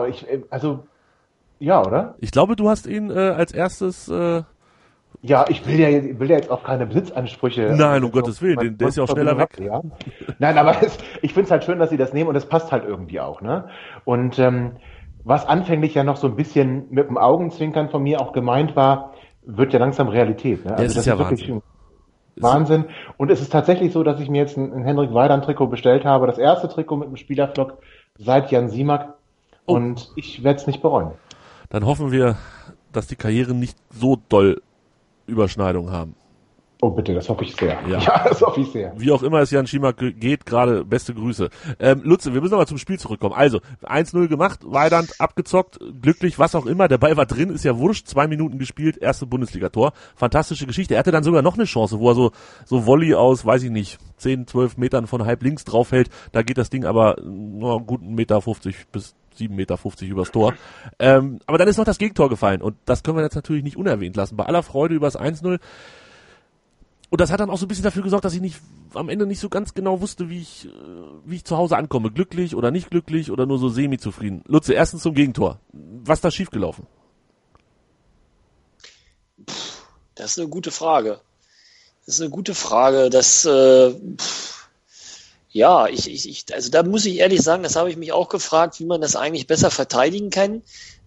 oder? Ich glaube, du hast ihn als erstes... Ja, ich will ja jetzt auch keine Besitzansprüche. Nein, um Gottes Willen, der ist ja auch schneller weg. Ja. Nein, aber ich finde es halt schön, dass sie das nehmen und es passt halt irgendwie auch, ne? Und was anfänglich ja noch so ein bisschen mit dem Augenzwinkern von mir auch gemeint war, wird ja langsam Realität, ne? Also das ist ja wirklich Wahnsinn. Und es ist tatsächlich so, dass ich mir jetzt ein Henrik Weidand-Trikot bestellt habe, das erste Trikot mit dem Spielerflock seit Jan Simak und ich werde es nicht bereuen. Dann hoffen wir, dass die Karrieren nicht so doll Überschneidungen haben. Oh bitte, das hoffe ich sehr. Ja, das hoffe ich sehr. Wie auch immer es Jan Schimak geht, gerade beste Grüße. Lutze, wir müssen aber zum Spiel zurückkommen. Also, 1-0 gemacht, Weidand abgezockt, glücklich, was auch immer. Der Ball war drin, ist ja wurscht, 2 Minuten gespielt, erste Bundesligator. Fantastische Geschichte. Er hatte dann sogar noch eine Chance, wo er so Volley aus, weiß ich nicht, 10, 12 Metern von halb links draufhält. Da geht das Ding aber nur gut 1,50 Meter bis 7,50 Meter übers Tor. Aber dann ist noch das Gegentor gefallen und das können wir jetzt natürlich nicht unerwähnt lassen. Bei aller Freude über das 1-0. Und das hat dann auch so ein bisschen dafür gesorgt, dass ich am Ende nicht so ganz genau wusste, wie ich zu Hause ankomme. Glücklich oder nicht glücklich oder nur so semi-zufrieden. Lutze, erstens zum Gegentor. Was ist da schiefgelaufen? Das ist eine gute Frage. Also da muss ich ehrlich sagen, das habe ich mich auch gefragt, wie man das eigentlich besser verteidigen kann.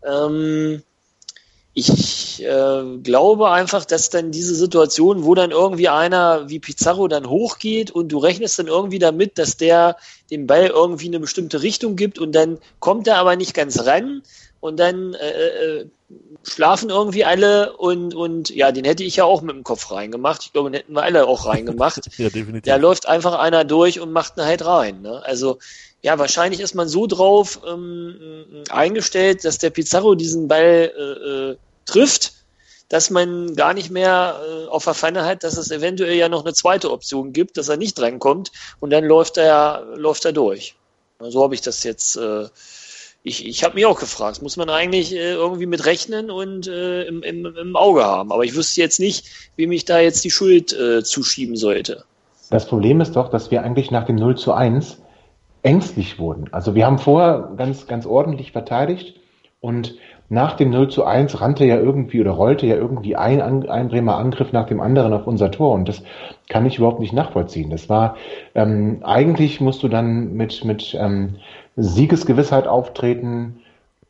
Ich glaube einfach, dass dann diese Situation, wo dann irgendwie einer wie Pizarro dann hochgeht und du rechnest dann irgendwie damit, dass der dem Ball irgendwie eine bestimmte Richtung gibt und dann kommt er aber nicht ganz ran und dann schlafen irgendwie alle und ja, den hätte ich ja auch mit dem Kopf reingemacht. Ich glaube, den hätten wir alle auch reingemacht. Ja, definitiv. Da läuft einfach einer durch und macht ihn halt rein. Ne? Also ja, wahrscheinlich ist man so drauf eingestellt, dass der Pizarro diesen Ball trifft, dass man gar nicht mehr auf der Pfanne hat, dass es eventuell ja noch eine zweite Option gibt, dass er nicht drankommt und dann läuft er durch. So habe ich das jetzt... Ich habe mich auch gefragt, das muss man eigentlich irgendwie mit rechnen und im Auge haben. Aber ich wüsste jetzt nicht, wem ich da jetzt die Schuld zuschieben sollte. Das Problem ist doch, dass wir eigentlich nach dem 0:1 ängstlich wurden. Also wir haben vorher ganz, ganz ordentlich verteidigt und nach dem 0:1 rollte ja irgendwie ein Bremer Angriff nach dem anderen auf unser Tor und das kann ich überhaupt nicht nachvollziehen. Das war, eigentlich musst du dann mit Siegesgewissheit auftreten,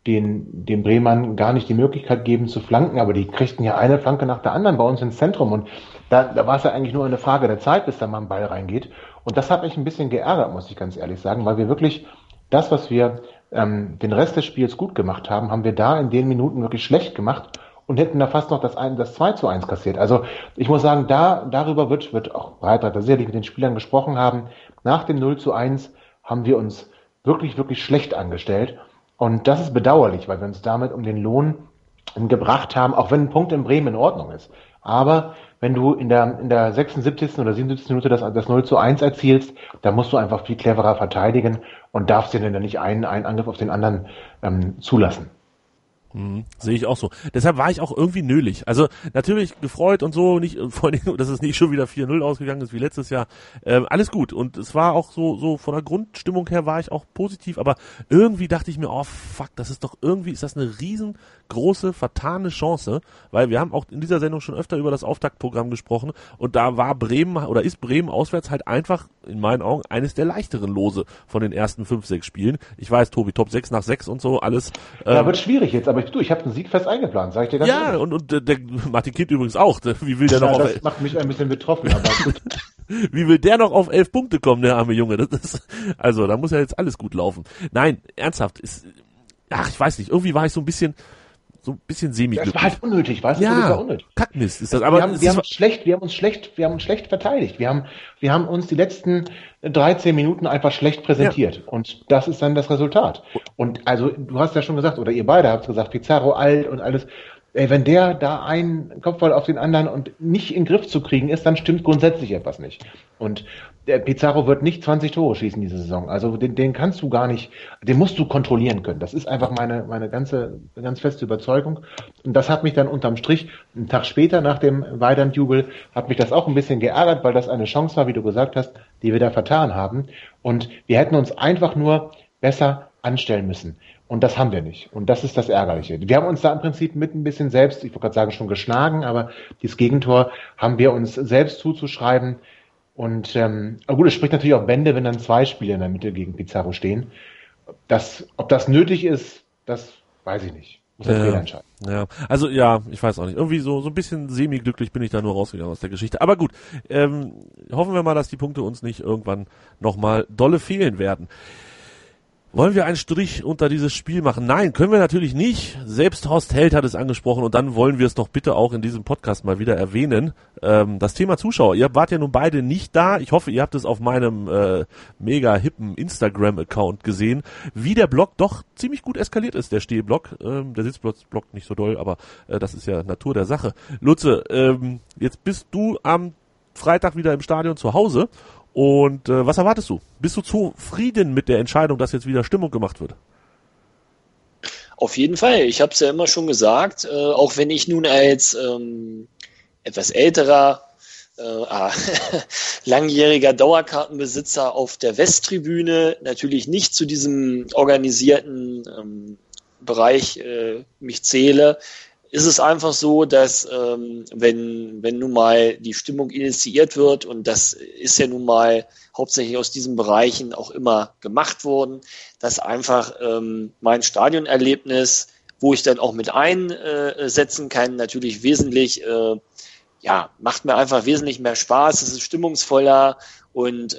den Bremern gar nicht die Möglichkeit geben zu flanken, aber die kriegten ja eine Flanke nach der anderen bei uns ins Zentrum und da war es ja eigentlich nur eine Frage der Zeit, bis da mal ein Ball reingeht. Und das hat mich ein bisschen geärgert, muss ich ganz ehrlich sagen, weil wir wirklich das, was wir den Rest des Spiels gut gemacht haben, haben wir da in den Minuten wirklich schlecht gemacht und hätten da fast noch das 2:1 kassiert. Also ich muss sagen, darüber wird auch Breitbart sicherlich mit den Spielern gesprochen haben. Nach dem 0:1 haben wir uns wirklich, wirklich schlecht angestellt. Und das ist bedauerlich, weil wir uns damit um den Lohn gebracht haben, auch wenn ein Punkt in Bremen in Ordnung ist. Aber wenn du in der 76. oder 77. Minute das 0:1 erzielst, dann musst du einfach viel cleverer verteidigen und darfst dir dann nicht einen Angriff auf den anderen zulassen. Sehe ich auch so. Deshalb war ich auch irgendwie nölig. Also natürlich gefreut und so, nicht vor allem, dass es nicht schon wieder 4-0 ausgegangen ist wie letztes Jahr. Alles gut und es war auch so von der Grundstimmung her war ich auch positiv, aber irgendwie dachte ich mir, oh fuck, ist das eine riesengroße vertane Chance, weil wir haben auch in dieser Sendung schon öfter über das Auftaktprogramm gesprochen und da ist Bremen auswärts halt einfach in meinen Augen eines der leichteren Lose von den ersten 5-6 Spielen. Ich weiß, Tobi, Top 6 nach 6 und so, alles. Ja, wird schwierig jetzt, aber ich habe einen Sieg fest eingeplant, sag ich dir ganz ehrlich. Ja, und der Martin Kind übrigens auch. Wie will der noch das macht mich ein bisschen betroffen, aber gut. Wie will der noch auf 11 Punkte kommen, der arme Junge? Also, da muss ja jetzt alles gut laufen. Nein, ernsthaft, ich weiß nicht, irgendwie war ich so ein bisschen semi-glücklich. Das war halt unnötig, weißt du? Ja, das war unnötig. Kackmist ist das. Aber wir haben uns schlecht verteidigt. Wir haben uns die letzten 13 Minuten einfach schlecht präsentiert. Ja. Und das ist dann das Resultat. Und also, du hast ja schon gesagt, oder ihr beide habt gesagt, Pizarro alt und alles. Wenn der da einen Kopfball auf den anderen und nicht in den Griff zu kriegen ist, dann stimmt grundsätzlich etwas nicht. Und der Pizarro wird nicht 20 Tore schießen diese Saison. Also den kannst du gar nicht, den musst du kontrollieren können. Das ist einfach meine ganz feste Überzeugung. Und das hat mich dann unterm Strich, einen Tag später nach dem Weidand-Jubel, hat mich das auch ein bisschen geärgert, weil das eine Chance war, wie du gesagt hast, die wir da vertan haben. Und wir hätten uns einfach nur besser anstellen müssen. Und das haben wir nicht. Und das ist das Ärgerliche. Wir haben uns da im Prinzip mit ein bisschen selbst, ich wollte gerade sagen, schon geschlagen, aber dieses Gegentor haben wir uns selbst zuzuschreiben. Und aber gut, es spricht natürlich auch Bände, wenn dann 2 Spieler in der Mitte gegen Pizarro stehen. Ob das nötig ist, das weiß ich nicht. Muss der Trainer entscheiden. Ja, also ja, ich weiß auch nicht. Irgendwie so ein bisschen semi-glücklich bin ich da nur rausgegangen aus der Geschichte. Aber gut, hoffen wir mal, dass die Punkte uns nicht irgendwann nochmal dolle fehlen werden. Wollen wir einen Strich unter dieses Spiel machen? Nein, können wir natürlich nicht. Selbst Horst Held hat es angesprochen und dann wollen wir es doch bitte auch in diesem Podcast mal wieder erwähnen. Das Thema Zuschauer. Ihr wart ja nun beide nicht da. Ich hoffe, ihr habt es auf meinem mega hippen Instagram-Account gesehen, wie der Blog doch ziemlich gut eskaliert ist, der Stehblock. Der Sitzblock nicht so doll, aber das ist ja Natur der Sache. Lutze, jetzt bist du am Freitag wieder im Stadion zu Hause. Und was erwartest du? Bist du zufrieden mit der Entscheidung, dass jetzt wieder Stimmung gemacht wird? Auf jeden Fall. Ich habe es ja immer schon gesagt, auch wenn ich nun als etwas älterer, langjähriger Dauerkartenbesitzer auf der Westtribüne natürlich nicht zu diesem organisierten Bereich mich zähle, ist es einfach so, dass wenn nun mal die Stimmung initiiert wird, und das ist ja nun mal hauptsächlich aus diesen Bereichen auch immer gemacht worden, dass einfach mein Stadionerlebnis, wo ich dann auch mit einsetzen kann, natürlich wesentlich, macht mir einfach wesentlich mehr Spaß, es ist stimmungsvoller und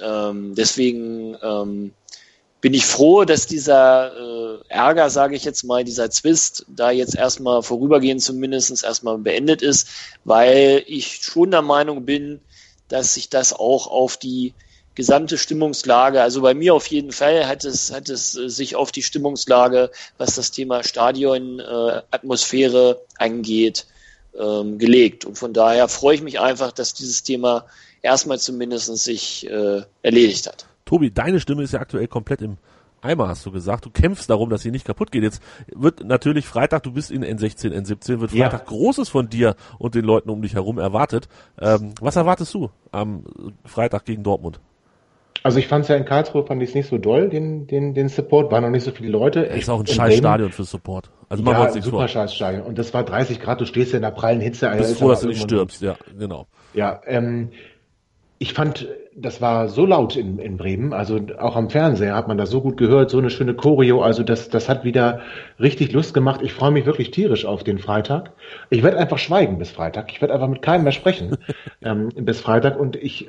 deswegen bin ich froh, dass dieser Ärger, sage ich jetzt mal, dieser Zwist da jetzt erstmal vorübergehend zumindest erstmal beendet ist, weil ich schon der Meinung bin, dass sich das auch auf die gesamte Stimmungslage, also bei mir auf jeden Fall hat es sich auf die Stimmungslage, was das Thema Stadion-Atmosphäre angeht, gelegt. Und von daher freue ich mich einfach, dass dieses Thema erstmal zumindest sich erledigt hat. Tobi, deine Stimme ist ja aktuell komplett im Eimer, hast du gesagt. Du kämpfst darum, dass sie nicht kaputt geht. Jetzt wird natürlich Freitag, du bist in N16, N17, wird Freitag Großes von dir und den Leuten um dich herum erwartet. Was erwartest du am Freitag gegen Dortmund? Also ich fand es ja in Karlsruhe, fand ich es nicht so doll, den Support, waren noch nicht so viele Leute. Ist auch ein scheiß Stadion für Support. Also machen wir uns nichts vor. Super scheiß Stadion. Und das war 30 Grad, du stehst ja in der prallen Hitze. Bist froh, dass du nicht stirbst, ja, genau. Ja, ich fand das war so laut in Bremen, also auch am Fernseher hat man das so gut gehört, so eine schöne Choreo, also das hat wieder richtig Lust gemacht. Ich freue mich wirklich tierisch auf den Freitag. Ich werde einfach schweigen bis Freitag. Ich werde einfach mit keinem mehr sprechen bis Freitag und ich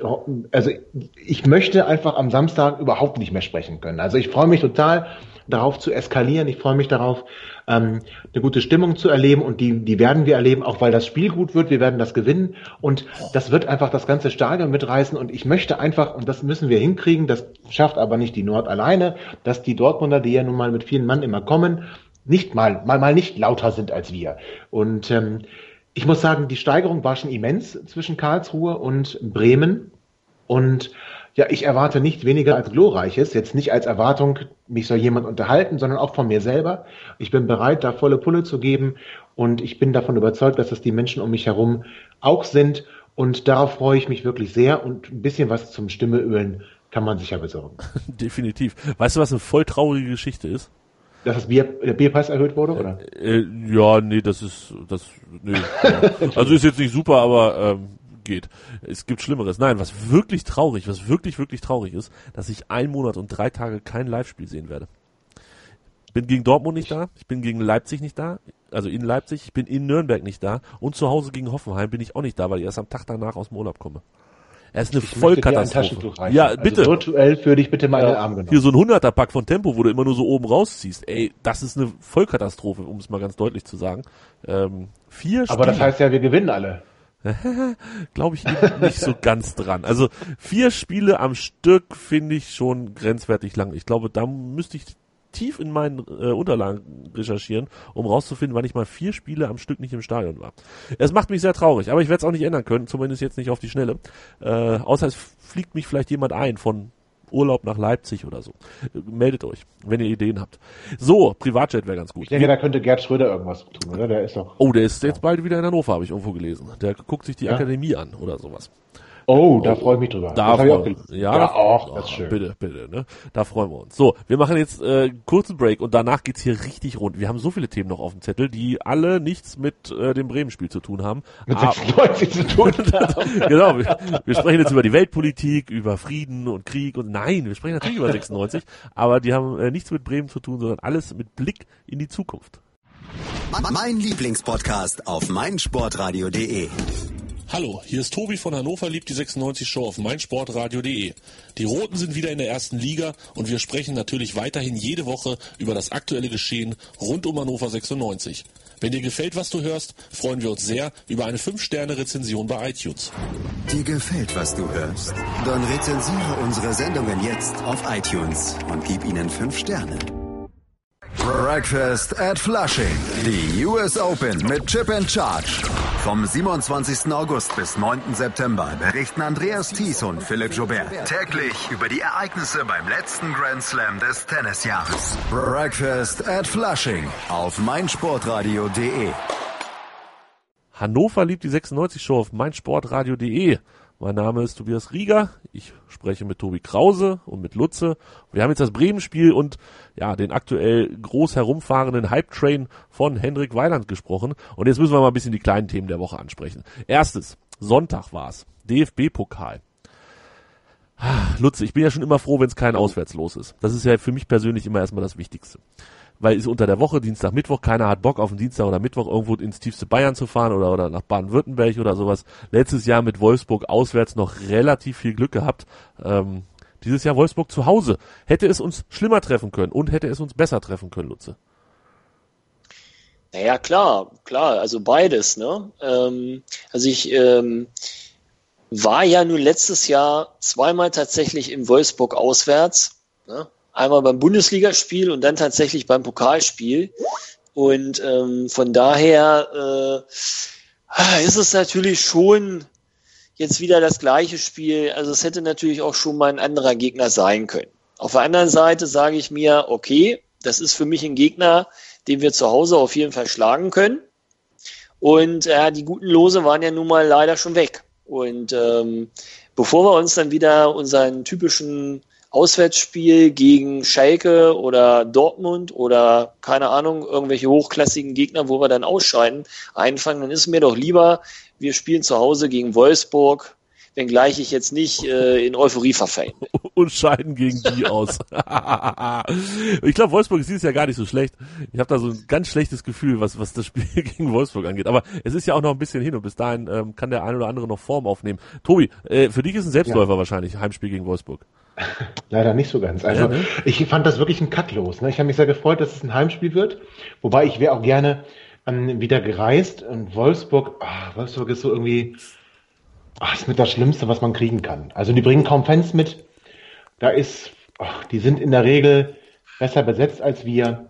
möchte einfach am Samstag überhaupt nicht mehr sprechen können. Also ich freue mich total darauf zu eskalieren. Ich freue mich darauf, eine gute Stimmung zu erleben und die werden wir erleben, auch weil das Spiel gut wird. Wir werden das gewinnen und das wird einfach das ganze Stadion mitreißen und ich möchte einfach, und das müssen wir hinkriegen, das schafft aber nicht die Nord alleine, dass die Dortmunder, die ja nun mal mit vielen Mann immer kommen, nicht mal nicht lauter sind als wir. Und ich muss sagen, die Steigerung war schon immens zwischen Karlsruhe und Bremen und ja, ich erwarte nicht weniger als Glorreiches, jetzt nicht als Erwartung, mich soll jemand unterhalten, sondern auch von mir selber. Ich bin bereit, da volle Pulle zu geben und ich bin davon überzeugt, dass das die Menschen um mich herum auch sind und darauf freue ich mich wirklich sehr und ein bisschen was zum Stimmeölen kann man sicher besorgen. Definitiv. Weißt du, was eine voll traurige Geschichte ist? Dass der Bierpreis erhöht wurde, oder? Ja, nee, nee. Also ist jetzt nicht super, aber geht. Es gibt Schlimmeres. Nein, was wirklich traurig ist, dass ich 1 Monat und 3 Tage kein Live-Spiel sehen werde. Ich bin gegen Dortmund nicht da, ich bin gegen Leipzig nicht da, also in Leipzig, ich bin in Nürnberg nicht da und zu Hause gegen Hoffenheim bin ich auch nicht da, weil ich erst am Tag danach aus dem Urlaub komme. Es ist eine Vollkatastrophe. Ja, bitte. Also virtuell für dich bitte mal in den Arm genommen. Hier so ein 100er-Pack von Tempo, wo du immer nur so oben rausziehst. Ey, das ist eine Vollkatastrophe, um es mal ganz deutlich zu sagen. 4 Spiele. Aber das heißt ja, wir gewinnen alle. Glaube ich nicht so ganz dran. Also 4 Spiele am Stück finde ich schon grenzwertig lang. Ich glaube, da müsste ich tief in meinen Unterlagen recherchieren, um rauszufinden, wann ich mal 4 Spiele am Stück nicht im Stadion war. Es macht mich sehr traurig, aber ich werde es auch nicht ändern können, zumindest jetzt nicht auf die Schnelle. Außer es fliegt mich vielleicht jemand ein von Urlaub nach Leipzig oder so. Meldet euch, wenn ihr Ideen habt. So, Privatjet wäre ganz gut. Ich denke, da könnte Gerd Schröder irgendwas tun, oder? Der ist doch... Oh, der ist jetzt bald wieder in Hannover, habe ich irgendwo gelesen. Der guckt sich die Akademie an oder sowas. Oh, da freue ich mich drüber. Da freuen wir uns. Das ist schön. Bitte, ne? Da freuen wir uns. So, wir machen jetzt kurzen Break und danach geht's hier richtig rund. Wir haben so viele Themen noch auf dem Zettel, die alle nichts mit dem Bremen-Spiel zu tun haben. Mit 96 zu tun haben. Genau, wir sprechen jetzt über die Weltpolitik, über Frieden und Krieg und nein, wir sprechen natürlich über 96, aber die haben nichts mit Bremen zu tun, sondern alles mit Blick in die Zukunft. Mein Lieblingspodcast auf meinsportradio.de. Hallo, hier ist Tobi von Hannover liebt die 96 Show auf meinsportradio.de. Die Roten sind wieder in der ersten Liga und wir sprechen natürlich weiterhin jede Woche über das aktuelle Geschehen rund um Hannover 96. Wenn dir gefällt, was du hörst, freuen wir uns sehr über eine 5-Sterne-Rezension bei iTunes. Dir gefällt, was du hörst? Dann rezensiere unsere Sendungen jetzt auf iTunes und gib ihnen 5 Sterne. Breakfast at Flushing. Die US Open mit Chip and Charge. Vom 27. August bis 9. September berichten Andreas Thies und Philipp Joubert täglich über die Ereignisse beim letzten Grand Slam des Tennisjahres. Breakfast at Flushing auf meinsportradio.de. Hannover liebt die 96 Show auf meinsportradio.de. Mein Name ist Tobias Rieger, ich spreche mit Tobi Krause und mit Lutze. Wir haben jetzt das Bremen-Spiel und ja den aktuell groß herumfahrenden Hype-Train von Hendrik Weiland gesprochen. Und jetzt müssen wir mal ein bisschen die kleinen Themen der Woche ansprechen. Erstes, Sonntag war's, DFB-Pokal. Lutze, ich bin ja schon immer froh, wenn es kein Auswärtslos ist. Das ist ja für mich persönlich immer erstmal das Wichtigste. Weil es unter der Woche, Dienstag, Mittwoch, keiner hat Bock auf den Dienstag oder Mittwoch irgendwo ins tiefste Bayern zu fahren oder nach Baden-Württemberg oder sowas. Letztes Jahr mit Wolfsburg auswärts noch relativ viel Glück gehabt. Dieses Jahr Wolfsburg zu Hause. Hätte es uns schlimmer treffen können und hätte es uns besser treffen können, Lutze? Naja, klar, also beides, ne? Also ich war ja nun letztes Jahr 2-mal tatsächlich in Wolfsburg auswärts, ne? Einmal beim Bundesligaspiel und dann tatsächlich beim Pokalspiel. Und von daher ist es natürlich schon jetzt wieder das gleiche Spiel. Also es hätte natürlich auch schon mal ein anderer Gegner sein können. Auf der anderen Seite sage ich mir, okay, das ist für mich ein Gegner, den wir zu Hause auf jeden Fall schlagen können. Und die guten Lose waren ja nun mal leider schon weg. Und bevor wir uns dann wieder unseren typischen Auswärtsspiel gegen Schalke oder Dortmund oder keine Ahnung, irgendwelche hochklassigen Gegner, wo wir dann ausscheiden, einfangen, dann ist mir doch lieber, wir spielen zu Hause gegen Wolfsburg wenngleich ich jetzt nicht in Euphorie verfallen bin. Und scheiden gegen die aus. Ich glaube, Wolfsburg ist dieses Jahr gar nicht so schlecht. Ich habe da so ein ganz schlechtes Gefühl, was das Spiel gegen Wolfsburg angeht. Aber es ist ja auch noch ein bisschen hin und bis dahin kann der ein oder andere noch Form aufnehmen. Tobi, für dich ist ein Selbstläufer wahrscheinlich, Heimspiel gegen Wolfsburg. Leider nicht so ganz. Also ich fand das wirklich ein Cutlos. Ne? Ich habe mich sehr gefreut, dass es ein Heimspiel wird. Wobei ich wäre auch gerne wieder gereist. Und Wolfsburg ist so irgendwie, ist mit das Schlimmste, was man kriegen kann. Also die bringen kaum Fans mit. Die sind in der Regel besser besetzt als wir.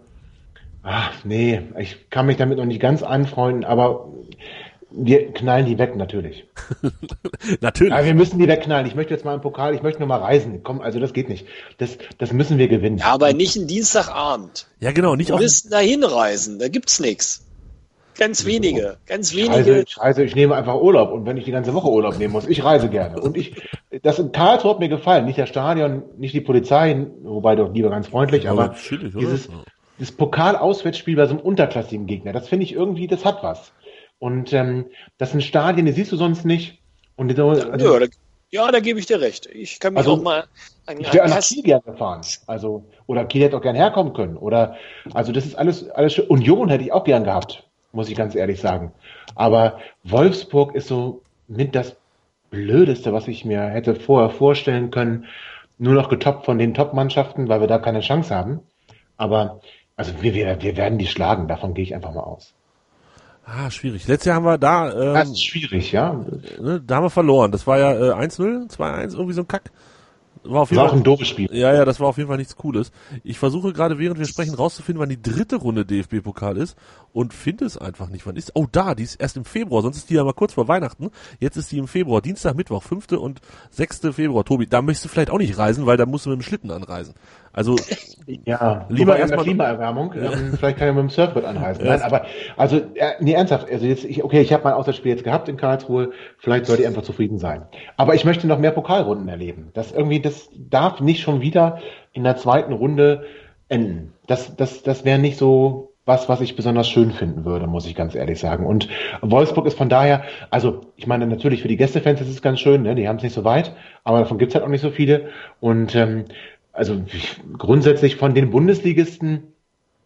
Ich kann mich damit noch nicht ganz anfreunden, aber wir knallen die weg, natürlich. Natürlich. Aber wir müssen die wegknallen. Ich möchte jetzt mal im Pokal, ich möchte nur mal reisen. Komm, also das geht nicht. Das müssen wir gewinnen. Ja, aber nicht einen Dienstagabend. Ja, genau. Nicht wir müssen da hinreisen, da gibt's nichts. Ganz wenige. Ich nehme einfach Urlaub und wenn ich die ganze Woche Urlaub nehmen muss, ich reise gerne. Und das in Karlsruhe hat mir gefallen, nicht das Stadion, nicht die Polizei, wobei doch lieber ganz freundlich, aber das Pokal-Auswärtsspiel bei so einem unterklassigen Gegner, das finde ich irgendwie, das hat was. Und das sind Stadien, die siehst du sonst nicht. Und da gebe ich dir recht. Ich kann mich auch mal ich wäre nach Kiel gerne gefahren. Oder Kiel hätte auch gern herkommen können. Das ist alles schön. Union hätte ich auch gern gehabt, muss ich ganz ehrlich sagen. Aber Wolfsburg ist so mit das Blödeste, was ich mir hätte vorher vorstellen können. Nur noch getoppt von den Top-Mannschaften, weil wir da keine Chance haben. Aber wir werden die schlagen, davon gehe ich einfach mal aus. Schwierig. Letztes Jahr haben wir da... das ist schwierig, ja. Da haben wir verloren. Das war ja 1-0, 2-1, irgendwie so ein Kack. War auch ein doofes Spiel. Ja, das war auf jeden Fall nichts Cooles. Ich versuche gerade, während wir sprechen, rauszufinden, wann die dritte Runde DFB-Pokal ist und finde es einfach nicht. Wann ist? Oh, die ist erst im Februar. Sonst ist die ja mal kurz vor Weihnachten. Jetzt ist die im Februar. Dienstag, Mittwoch, 5. und 6. Februar. Tobi, da möchtest du vielleicht auch nicht reisen, weil da musst du mit dem Schlitten anreisen. Also lieber erstmal Klimaerwärmung. Vielleicht kann ich mit dem Surfbrett anreisen. Nein, aber ernsthaft. Also ich habe mein Auswärtsspiel jetzt gehabt in Karlsruhe. Vielleicht sollte ich einfach zufrieden sein. Aber ich möchte noch mehr Pokalrunden erleben. Das darf nicht schon wieder in der zweiten Runde enden. Das wäre nicht so was ich besonders schön finden würde, muss ich ganz ehrlich sagen. Und Wolfsburg ist von daher, also ich meine natürlich für die Gästefans ist es ganz schön, ne? Die haben es nicht so weit, aber davon gibt's halt auch nicht so viele. Und grundsätzlich von den Bundesligisten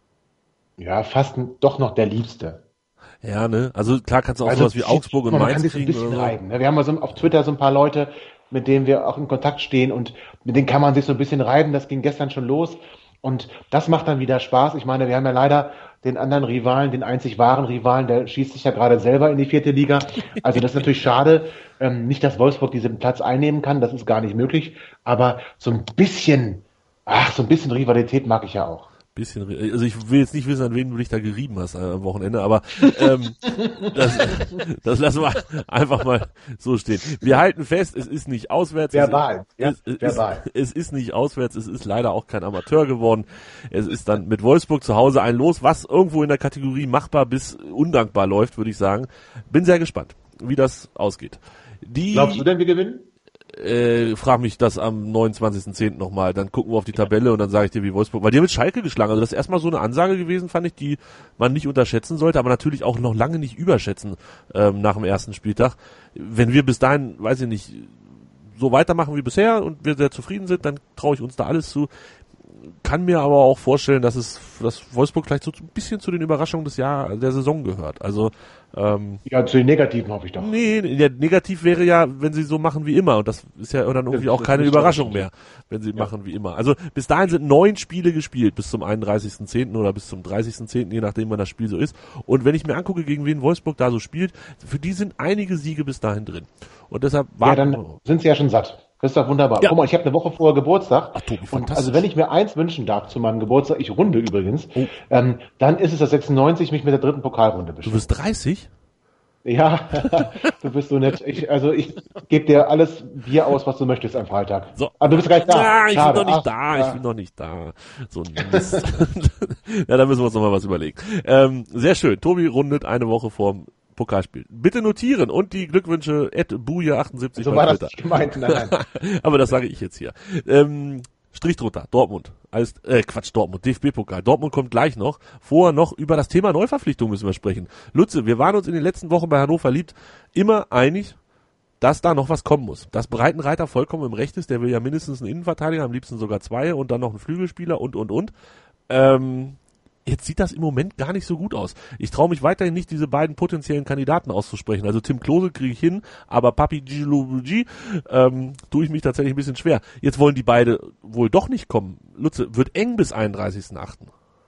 fast doch noch der Liebste. Ja, ne? Also klar kannst du auch sowas wie Augsburg und Mainz kriegen. Ein bisschen reiben, ne? Wir haben auf Twitter so ein paar Leute, mit denen wir auch in Kontakt stehen und mit denen kann man sich so ein bisschen reiben. Das ging gestern schon los und das macht dann wieder Spaß. Ich meine, wir haben ja leider den anderen Rivalen, den einzig wahren Rivalen, der schießt sich ja gerade selber in die 4. Liga. Also das ist natürlich schade. Nicht, dass Wolfsburg diesen Platz einnehmen kann, das ist gar nicht möglich. Aber so ein bisschen Rivalität mag ich ja auch. Also ich will jetzt nicht wissen, an wen du dich da gerieben hast am Wochenende, aber das lassen wir einfach mal so stehen. Wir halten fest, es ist nicht auswärts. Verbal. Es ist nicht auswärts, es ist leider auch kein Amateur geworden. Es ist dann mit Wolfsburg zu Hause ein Los, was irgendwo in der Kategorie machbar bis undankbar läuft, würde ich sagen. Bin sehr gespannt, wie das ausgeht. Glaubst du denn, wir gewinnen? Frag mich das am 29.10. nochmal, dann gucken wir auf die Tabelle und dann sage ich dir, wie Wolfsburg, weil die haben mit Schalke geschlagen, also das ist erstmal so eine Ansage gewesen, fand ich, die man nicht unterschätzen sollte, aber natürlich auch noch lange nicht überschätzen nach dem ersten Spieltag. Wenn wir bis dahin, weiß ich nicht, so weitermachen wie bisher und wir sehr zufrieden sind, dann traue ich uns da alles zu. Kann mir aber auch vorstellen, dass Wolfsburg vielleicht so ein bisschen zu den Überraschungen der Saison gehört. Also zu den Negativen hoffe ich doch. Nee, negativ wäre ja, wenn sie so machen wie immer. Und das ist ja dann irgendwie auch keine Überraschung mehr, wenn sie machen wie immer. Also bis dahin sind 9 Spiele gespielt, bis zum 31.10. oder bis zum 30.10., je nachdem, wann das Spiel so ist. Und wenn ich mir angucke, gegen wen Wolfsburg da so spielt, für die sind einige Siege bis dahin drin. Und deshalb dann sind sie ja schon satt. Das ist doch wunderbar. Ja. Guck mal, ich habe eine Woche vorher Geburtstag. Ach, Tobi, und also wenn ich mir eins wünschen darf zu meinem Geburtstag, ich runde übrigens, dann ist es das 96, mich mit der 3. Pokalrunde beschäftigt. Du bist 30? Ja, du bist so nett. Ich gebe dir alles Bier aus, was du möchtest am Freitag. So. Aber du bist gleich da. Ich bin noch nicht da. So ein Mist. Ja, da müssen wir uns noch mal was überlegen. Sehr schön. Tobi rundet eine Woche vorm Pokalspiel. Bitte notieren und die Glückwünsche @buja78 so war das nicht gemeint, nein. Aber das sage ich jetzt hier. Strich drunter, Dortmund. Dortmund, DFB-Pokal. Dortmund kommt gleich noch. Vorher noch über das Thema Neuverpflichtung müssen wir sprechen. Lutze, wir waren uns in den letzten Wochen bei Hannover liebt immer einig, dass da noch was kommen muss. Dass Breitenreiter vollkommen im Recht ist, der will ja mindestens einen Innenverteidiger, am liebsten sogar 2 und dann noch einen Flügelspieler und. Jetzt sieht das im Moment gar nicht so gut aus. Ich traue mich weiterhin nicht, diese beiden potenziellen Kandidaten auszusprechen. Also Tim Klose kriege ich hin, aber Papi Gilubugi tue ich mich tatsächlich ein bisschen schwer. Jetzt wollen die beide wohl doch nicht kommen. Lutze, wird eng bis 31.8.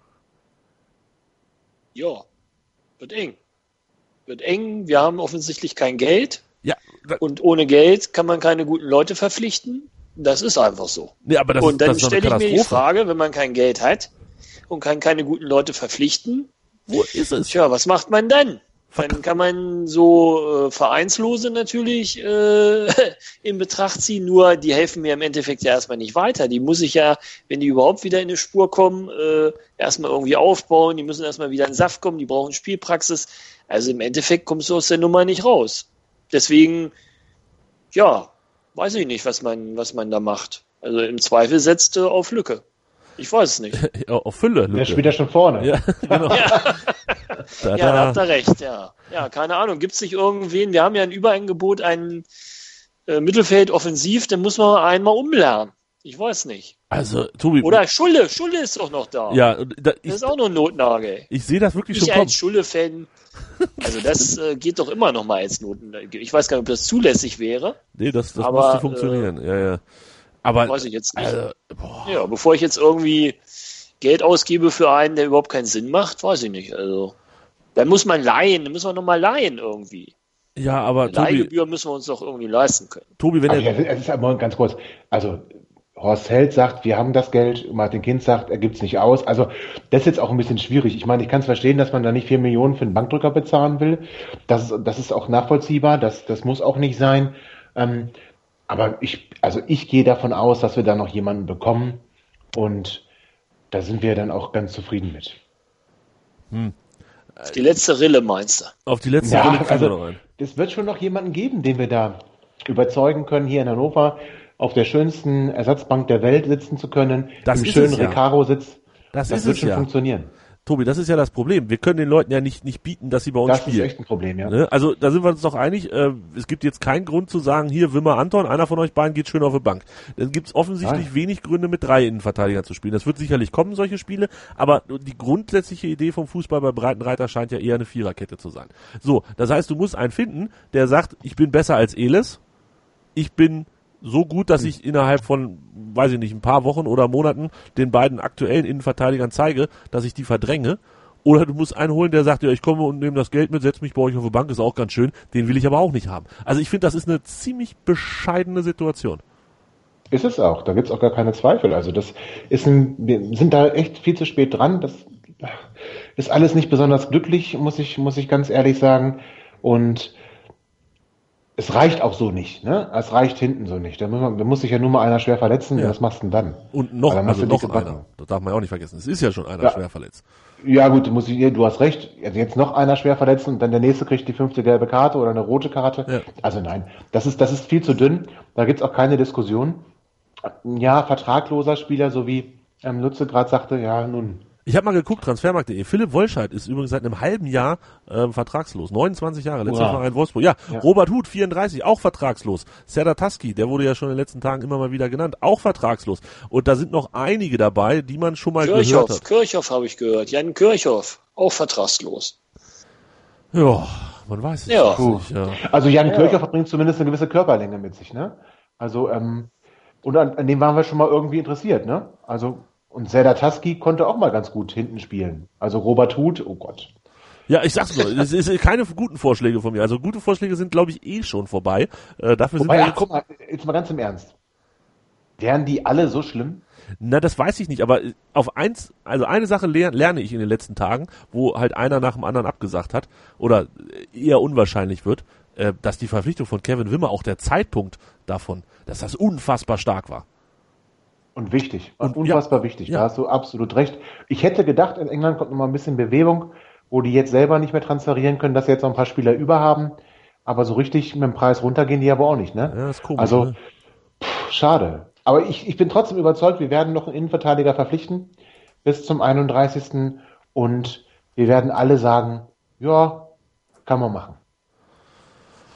Ja, wird eng. Wird eng. Wir haben offensichtlich kein Geld. Ja. Und ohne Geld kann man keine guten Leute verpflichten. Das ist einfach so. Nee, aber das und dann ist doch eine stelle ich mir die Katastrophe. Frage, wenn man kein Geld hat und kann keine guten Leute verpflichten, Wo ist es? tja, was macht man dann? Dann kann man so Vereinslose natürlich in Betracht ziehen, nur die helfen mir im Endeffekt ja erstmal nicht weiter. Die muss ich ja, wenn die überhaupt wieder in eine Spur kommen, erstmal irgendwie aufbauen, die müssen erstmal wieder in den Saft kommen, die brauchen Spielpraxis. Also im Endeffekt kommst du aus der Nummer nicht raus. Deswegen, ja, weiß ich nicht, was man da macht. Also im Zweifel setzt du auf Lücke. Ich weiß es nicht. Auf Fülle. Der spielt ja schon vorne. Ja, genau. Ja, da habt ihr recht, ja. Ja, keine Ahnung. Gibt es nicht irgendwen? Wir haben ja ein Überangebot, ein Mittelfeld offensiv, dann muss man einmal umlernen. Ich weiß nicht. Also, Tobi. Oder Schulle ist doch noch da. Ja, das ist auch noch ein Notnagel. Ich sehe das wirklich Ich schon kommen. als Schulle-Fan, also das geht doch immer noch mal als Notnagel. Ich weiß gar nicht, ob das zulässig wäre. Nee, das aber, müsste funktionieren. Ja. Aber, weiß ich jetzt nicht. Ja, bevor ich jetzt irgendwie Geld ausgebe für einen, der überhaupt keinen Sinn macht, weiß ich nicht. Also, dann muss man leihen, dann müssen wir nochmal leihen irgendwie. ja, aber Tobi, Leihgebühr müssen wir uns doch irgendwie leisten können. Tobi, wenn Aber er, es ist aber ganz kurz. Also Horst Held sagt, wir haben das Geld. Martin Kind sagt, er gibt es nicht aus. Also das ist jetzt auch ein bisschen schwierig. Ich meine, ich kann es verstehen, dass man da nicht 4 Millionen für einen Bankdrücker bezahlen will. Das ist auch nachvollziehbar. Das muss auch nicht sein. Aber ich gehe davon aus, dass wir da noch jemanden bekommen. Und da sind wir dann auch ganz zufrieden mit. Auf die letzte Rille meinst du? auf die letzte Ja, Runde kriegen wir noch also rein. es wird schon noch jemanden geben, den wir da überzeugen können, hier in Hannover auf der schönsten Ersatzbank der Welt sitzen zu können, Das im ist schönen es ja. Recaro-Sitz. Das ist wird es schon ja. funktionieren. Tobi, das ist ja das Problem. Wir können den Leuten ja nicht bieten, dass sie bei uns Das ist spielen. echt ein Problem, ja. Ne? Also da sind wir uns doch einig, es gibt jetzt keinen Grund zu sagen, hier Wimmer Anton, einer von euch beiden geht schön auf die Bank. Dann gibt es offensichtlich Nein. wenig Gründe, mit 3 Innenverteidigern zu spielen. Das wird sicherlich kommen, solche Spiele, aber die grundsätzliche Idee vom Fußball bei Breitenreiter scheint ja eher eine Viererkette zu sein. So, das heißt, du musst einen finden, der sagt, ich bin besser als Elis, ich bin so gut, dass ich innerhalb von, weiß ich nicht, ein paar Wochen oder Monaten den beiden aktuellen Innenverteidigern zeige, dass ich die verdränge. Oder du musst einen holen, der sagt, ja, ich komme und nehme das Geld mit, setze mich bei euch auf die Bank, ist auch ganz schön. Den will ich aber auch nicht haben. Also ich finde, das ist eine ziemlich bescheidene Situation. Ist es auch, da gibt es auch gar keine Zweifel. Also wir sind da echt viel zu spät dran. Das ist alles nicht besonders glücklich, muss ich ganz ehrlich sagen. Und es reicht auch so nicht, ne? Es reicht hinten so nicht. Da muss sich ja nur mal einer schwer verletzen, Ja. was machst du denn dann? Und noch, Aber dann also hast du noch dicke Backen. einer. Das darf man ja auch nicht vergessen. Es ist ja schon einer Ja. schwer verletzt. Ja gut, du hast recht. Also jetzt noch einer schwer verletzen und dann der nächste kriegt die 5. gelbe Karte oder eine rote Karte. Ja. Also nein, das ist viel zu dünn. Da gibt's auch keine Diskussion. Ja, vertragloser Spieler, so wie Lutze gerade sagte, ja nun. Ich habe mal geguckt, transfermarkt.de. Philipp Wollscheid ist übrigens seit einem halben Jahr vertragslos. 29 Jahre, letztes Hurra. Mal in Wolfsburg. Ja, Robert Huth, 34, auch vertragslos. Serdar Taski, der wurde ja schon in den letzten Tagen immer mal wieder genannt, auch vertragslos. Und da sind noch einige dabei, die man schon mal gehört hat. Kirchhoff habe ich gehört. Jan Kirchhoff, auch vertragslos. Ja, man weiß es Ja. nicht. Ja. Also Jan Kirchhoff bringt zumindest eine gewisse Körperlänge mit sich, ne? Also, und an dem waren wir schon mal irgendwie interessiert, ne? Also, und Serdar Taski konnte auch mal ganz gut hinten spielen. Also Robert Huth, oh Gott. Ja, ich sag's nur, es ist keine guten Vorschläge von mir. Also gute Vorschläge sind, glaube ich, eh schon vorbei. Dafür sind Wobei, wir ach, jetzt, guck mal, jetzt mal ganz im Ernst. Wären die alle so schlimm? na, das weiß ich nicht, aber also eine Sache lerne ich in den letzten Tagen, wo halt einer nach dem anderen abgesagt hat oder eher unwahrscheinlich wird, dass die Verpflichtung von Kevin Wimmer, auch der Zeitpunkt davon, dass das unfassbar stark war. Und wichtig. Und Unfassbar wichtig. ja. Da hast du absolut recht. Ich hätte gedacht, in England kommt noch mal ein bisschen Bewegung, wo die jetzt selber nicht mehr transferieren können, dass sie jetzt noch ein paar Spieler über haben. Aber so richtig mit dem Preis runtergehen die aber auch nicht, ne? Ja, das ist komisch. Also, Ne? schade. Aber ich bin trotzdem überzeugt, wir werden noch einen Innenverteidiger verpflichten bis zum 31. Und wir werden alle sagen, ja, kann man machen.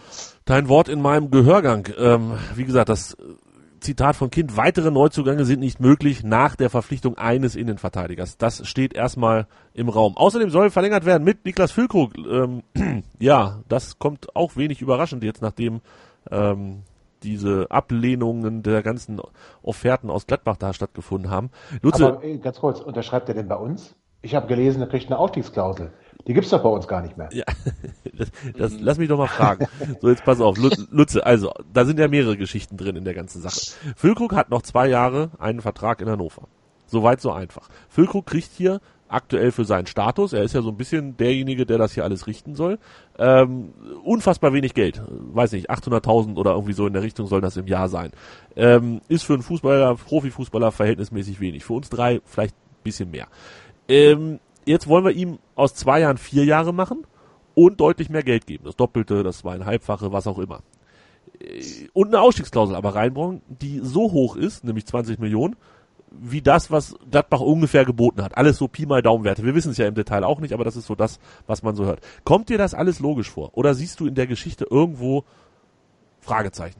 Dein Wort in meinem Gehörgang. Wie gesagt, das Zitat von Kind, weitere Neuzugänge sind nicht möglich nach der Verpflichtung eines Innenverteidigers. Das steht erstmal im Raum. Außerdem soll verlängert werden mit Niklas Füllkrug. Ja, das kommt auch wenig überraschend jetzt, nachdem diese Ablehnungen der ganzen Offerten aus Gladbach da stattgefunden haben. Lutze, aber ganz kurz, unterschreibt er denn bei uns? Ich habe gelesen, er kriegt eine Ausstiegsklausel. Die gibt's doch bei uns gar nicht mehr. ja, lass mich doch mal fragen. So, jetzt pass auf, Lutze, also, da sind ja mehrere Geschichten drin in der ganzen Sache. Füllkrug hat noch 2 Jahre einen Vertrag in Hannover. Soweit so einfach. Füllkrug kriegt hier aktuell für seinen Status, er ist ja so ein bisschen derjenige, der das hier alles richten soll, unfassbar wenig Geld. Weiß nicht, 800.000 oder irgendwie so in der Richtung soll das im Jahr sein. Ist für einen Fußballer, Profifußballer verhältnismäßig wenig. Für uns 3 vielleicht ein bisschen mehr. Jetzt wollen wir ihm aus 2 Jahren 4 Jahre machen und deutlich mehr Geld geben. Das Doppelte, das 2,5-fache, was auch immer. Und eine Ausstiegsklausel aber reinbauen, die so hoch ist, nämlich 20 Millionen, wie das, was Gladbach ungefähr geboten hat. Alles so Pi mal Daumenwerte. Wir wissen es ja im Detail auch nicht, aber das ist so das, was man so hört. Kommt dir das alles logisch vor? Oder siehst du in der Geschichte irgendwo Fragezeichen?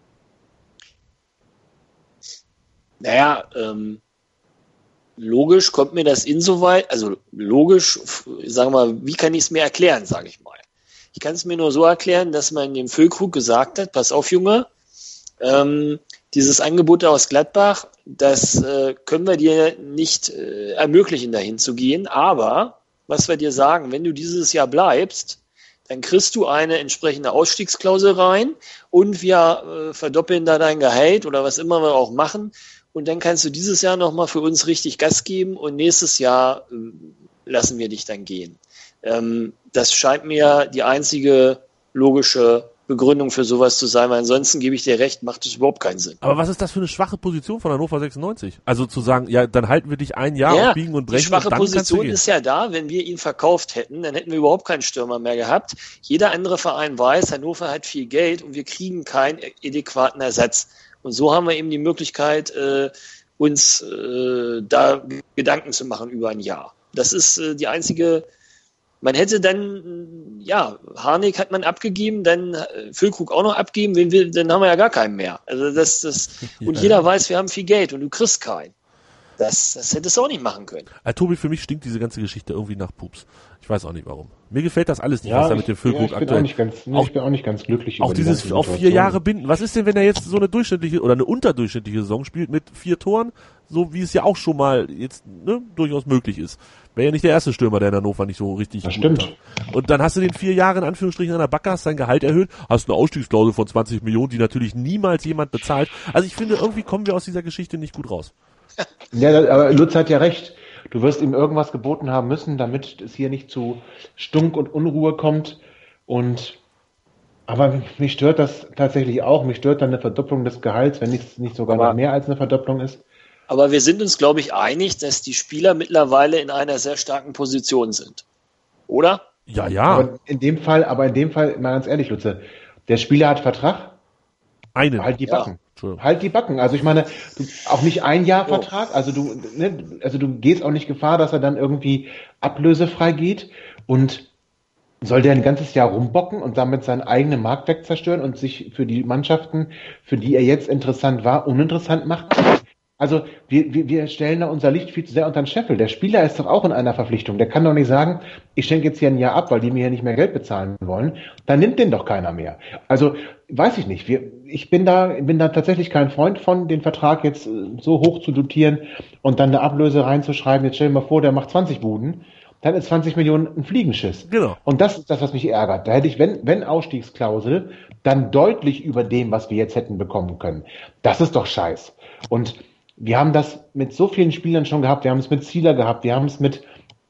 Naja, logisch kommt mir das insoweit, also logisch, sagen wir mal, wie kann ich es mir erklären, sage ich mal. Ich kann es mir nur so erklären, dass man dem Füllkrug gesagt hat, pass auf, Junge, dieses Angebot aus Gladbach, das können wir dir nicht ermöglichen, dahin zu gehen, aber was wir dir sagen, wenn du dieses Jahr bleibst, dann kriegst du eine entsprechende Ausstiegsklausel rein und wir verdoppeln da dein Gehalt oder was immer wir auch machen. Und dann kannst du dieses Jahr nochmal für uns richtig Gas geben und nächstes Jahr lassen wir dich dann gehen. Das scheint mir die einzige logische Begründung für sowas zu sein, weil ansonsten gebe ich dir recht, macht das überhaupt keinen Sinn. Aber was ist das für eine schwache Position von Hannover 96? Also zu sagen, ja, dann halten wir dich ein Jahr auf Biegen und Brechen. Die schwache und dann Position ist ja da, wenn wir ihn verkauft hätten, dann hätten wir überhaupt keinen Stürmer mehr gehabt. Jeder andere Verein weiß, Hannover hat viel Geld und wir kriegen keinen adäquaten Ersatz. Und so haben wir eben die Möglichkeit, uns da Gedanken zu machen über ein Jahr. Das ist die einzige. Man hätte dann, ja, Harnik hat man abgegeben, dann Füllkrug auch noch abgeben, dann haben wir ja gar keinen mehr. Also und jeder weiß, wir haben viel Geld und du kriegst keinen. Das hättest du auch nicht machen können. Tobi, für mich stinkt diese ganze Geschichte irgendwie nach Pups. Ich weiß auch nicht warum. Mir gefällt das alles nicht, was da mit dem Füllkrug aktuell. Ich bin auch nicht ganz glücklich. Auch dieses auf 4 Jahre binden. Was ist denn, wenn er jetzt so eine durchschnittliche oder eine unterdurchschnittliche Saison spielt mit 4 Toren, so wie es ja auch schon mal jetzt durchaus möglich ist? Wäre ja nicht der erste Stürmer, der in Hannover nicht so richtig das gut stimmt. Hat. Und dann hast du den 4 Jahre in Anführungsstrichen an der Backe, hast dein Gehalt erhöht, hast eine Ausstiegsklausel von 20 Millionen, die natürlich niemals jemand bezahlt. Also ich finde, irgendwie kommen wir aus dieser Geschichte nicht gut raus. Ja, aber Lutz hat ja recht. Du wirst ihm irgendwas geboten haben müssen, damit es hier nicht zu Stunk und Unruhe kommt. Aber mich stört das tatsächlich auch. Mich stört dann eine Verdopplung des Gehalts, wenn es nicht sogar noch mehr als eine Verdopplung ist. Aber wir sind uns, glaube ich, einig, dass die Spieler mittlerweile in einer sehr starken Position sind. Oder? Ja. Aber in dem Fall, mal ganz ehrlich, Lutze, der Spieler hat Vertrag. Halt die Backen. Halt die Backen. Also ich meine, auch nicht 1 Jahr Vertrag. Also du gehst auch nicht Gefahr, dass er dann irgendwie ablösefrei geht. Und soll der ein ganzes Jahr rumbocken und damit seinen eigenen Markt wegzerstören und sich für die Mannschaften, für die er jetzt interessant war, uninteressant machen? Also wir stellen da unser Licht viel zu sehr unter den Scheffel. Der Spieler ist doch auch in einer Verpflichtung. Der kann doch nicht sagen, ich schenke jetzt hier 1 Jahr ab, weil die mir hier nicht mehr Geld bezahlen wollen. Dann nimmt den doch keiner mehr. Also weiß ich nicht. Ich bin da tatsächlich kein Freund von, den Vertrag jetzt so hoch zu dotieren und dann eine Ablöse reinzuschreiben. Jetzt stell dir mal vor, der macht 20 Buden. Dann ist 20 Millionen ein Fliegenschiss. Genau. Und das ist das, was mich ärgert. Da hätte ich, wenn Ausstiegsklausel, dann deutlich über dem, was wir jetzt hätten bekommen können. Das ist doch scheiß. Und wir haben das mit so vielen Spielern schon gehabt. Wir haben es mit Zieler gehabt. Wir haben es mit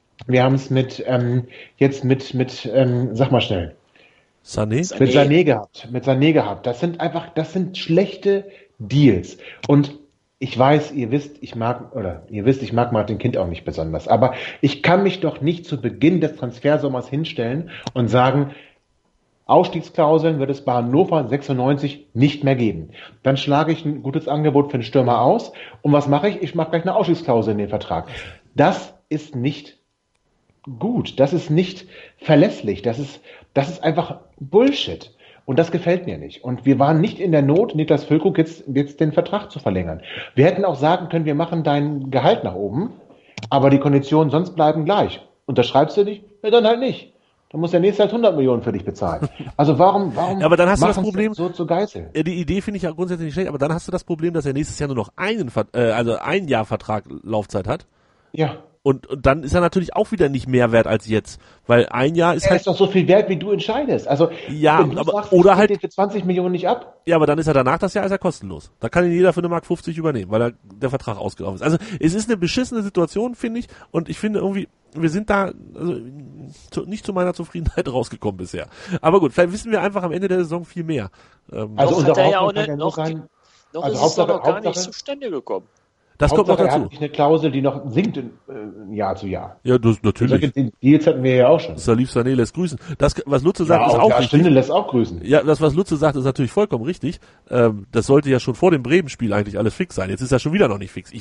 sag mal schnell. Sané? Mit Sané gehabt. Das sind schlechte Deals. Und ich weiß, ihr wisst, ich mag Martin Kind auch nicht besonders. Aber ich kann mich doch nicht zu Beginn des Transfersommers hinstellen und sagen, Ausstiegsklauseln wird es bei Hannover 96 nicht mehr geben. Dann schlage ich ein gutes Angebot für den Stürmer aus. Und was mache ich? Ich mache gleich eine Ausstiegsklausel in den Vertrag. Das ist nicht gut. Das ist nicht verlässlich. Das ist einfach Bullshit. Und das gefällt mir nicht. Und wir waren nicht in der Not, Niklas Füllkrug jetzt den Vertrag zu verlängern. Wir hätten auch sagen können, wir machen dein Gehalt nach oben, aber die Konditionen sonst bleiben gleich. Unterschreibst du nicht? Ja, dann halt nicht. Dann muss der nächste halt 100 Millionen für dich bezahlen. Also warum ja, aber dann hast du das Problem, so zu Geißel? Ja, die Idee finde ich ja grundsätzlich nicht schlecht, aber dann hast du das Problem, dass er nächstes Jahr nur noch ein Jahr Vertrag Laufzeit hat. Ja. Und dann ist er natürlich auch wieder nicht mehr wert als jetzt, weil ein Jahr ist er halt... ist doch so viel wert, wie du entscheidest. Also, ja, wenn du aber, sagst, oder ich halt den für 20 Millionen nicht ab. Ja, aber dann ist er danach das Jahr ist er kostenlos. Da kann ihn jeder für 1,50 Mark übernehmen, weil der Vertrag ausgelaufen ist. Also es ist eine beschissene Situation, finde ich. Und ich finde irgendwie, wir sind da nicht zu meiner Zufriedenheit rausgekommen bisher. Aber gut, vielleicht wissen wir einfach am Ende der Saison viel mehr. Also unser hat er ja auch nicht, noch ist es noch gar nicht zustande gekommen. Das kommt noch dazu. Er hat nicht eine Klausel, die noch sinkt Jahr zu Jahr. Ja, das natürlich. Die Deals hatten wir ja auch schon. Salif Sané lässt grüßen. Das, was Lutze sagt, ist auch richtig. Stinde lässt auch grüßen. Ja, das, was Lutze sagt, ist natürlich vollkommen richtig. Das sollte ja schon vor dem Bremen-Spiel eigentlich alles fix sein. Jetzt ist er schon wieder noch nicht fix.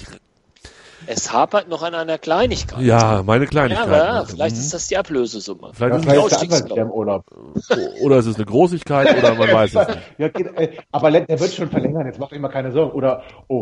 Es hapert noch an einer Kleinigkeit. Ja, meine Kleinigkeit. Ja, aber vielleicht ist das die Ablösesumme. Vielleicht ist der Anwalt wieder im Urlaub. Oder es ist eine Großigkeit, oder man weiß es nicht. Ja, aber der wird schon verlängern, jetzt macht immer keine Sorgen. Oder,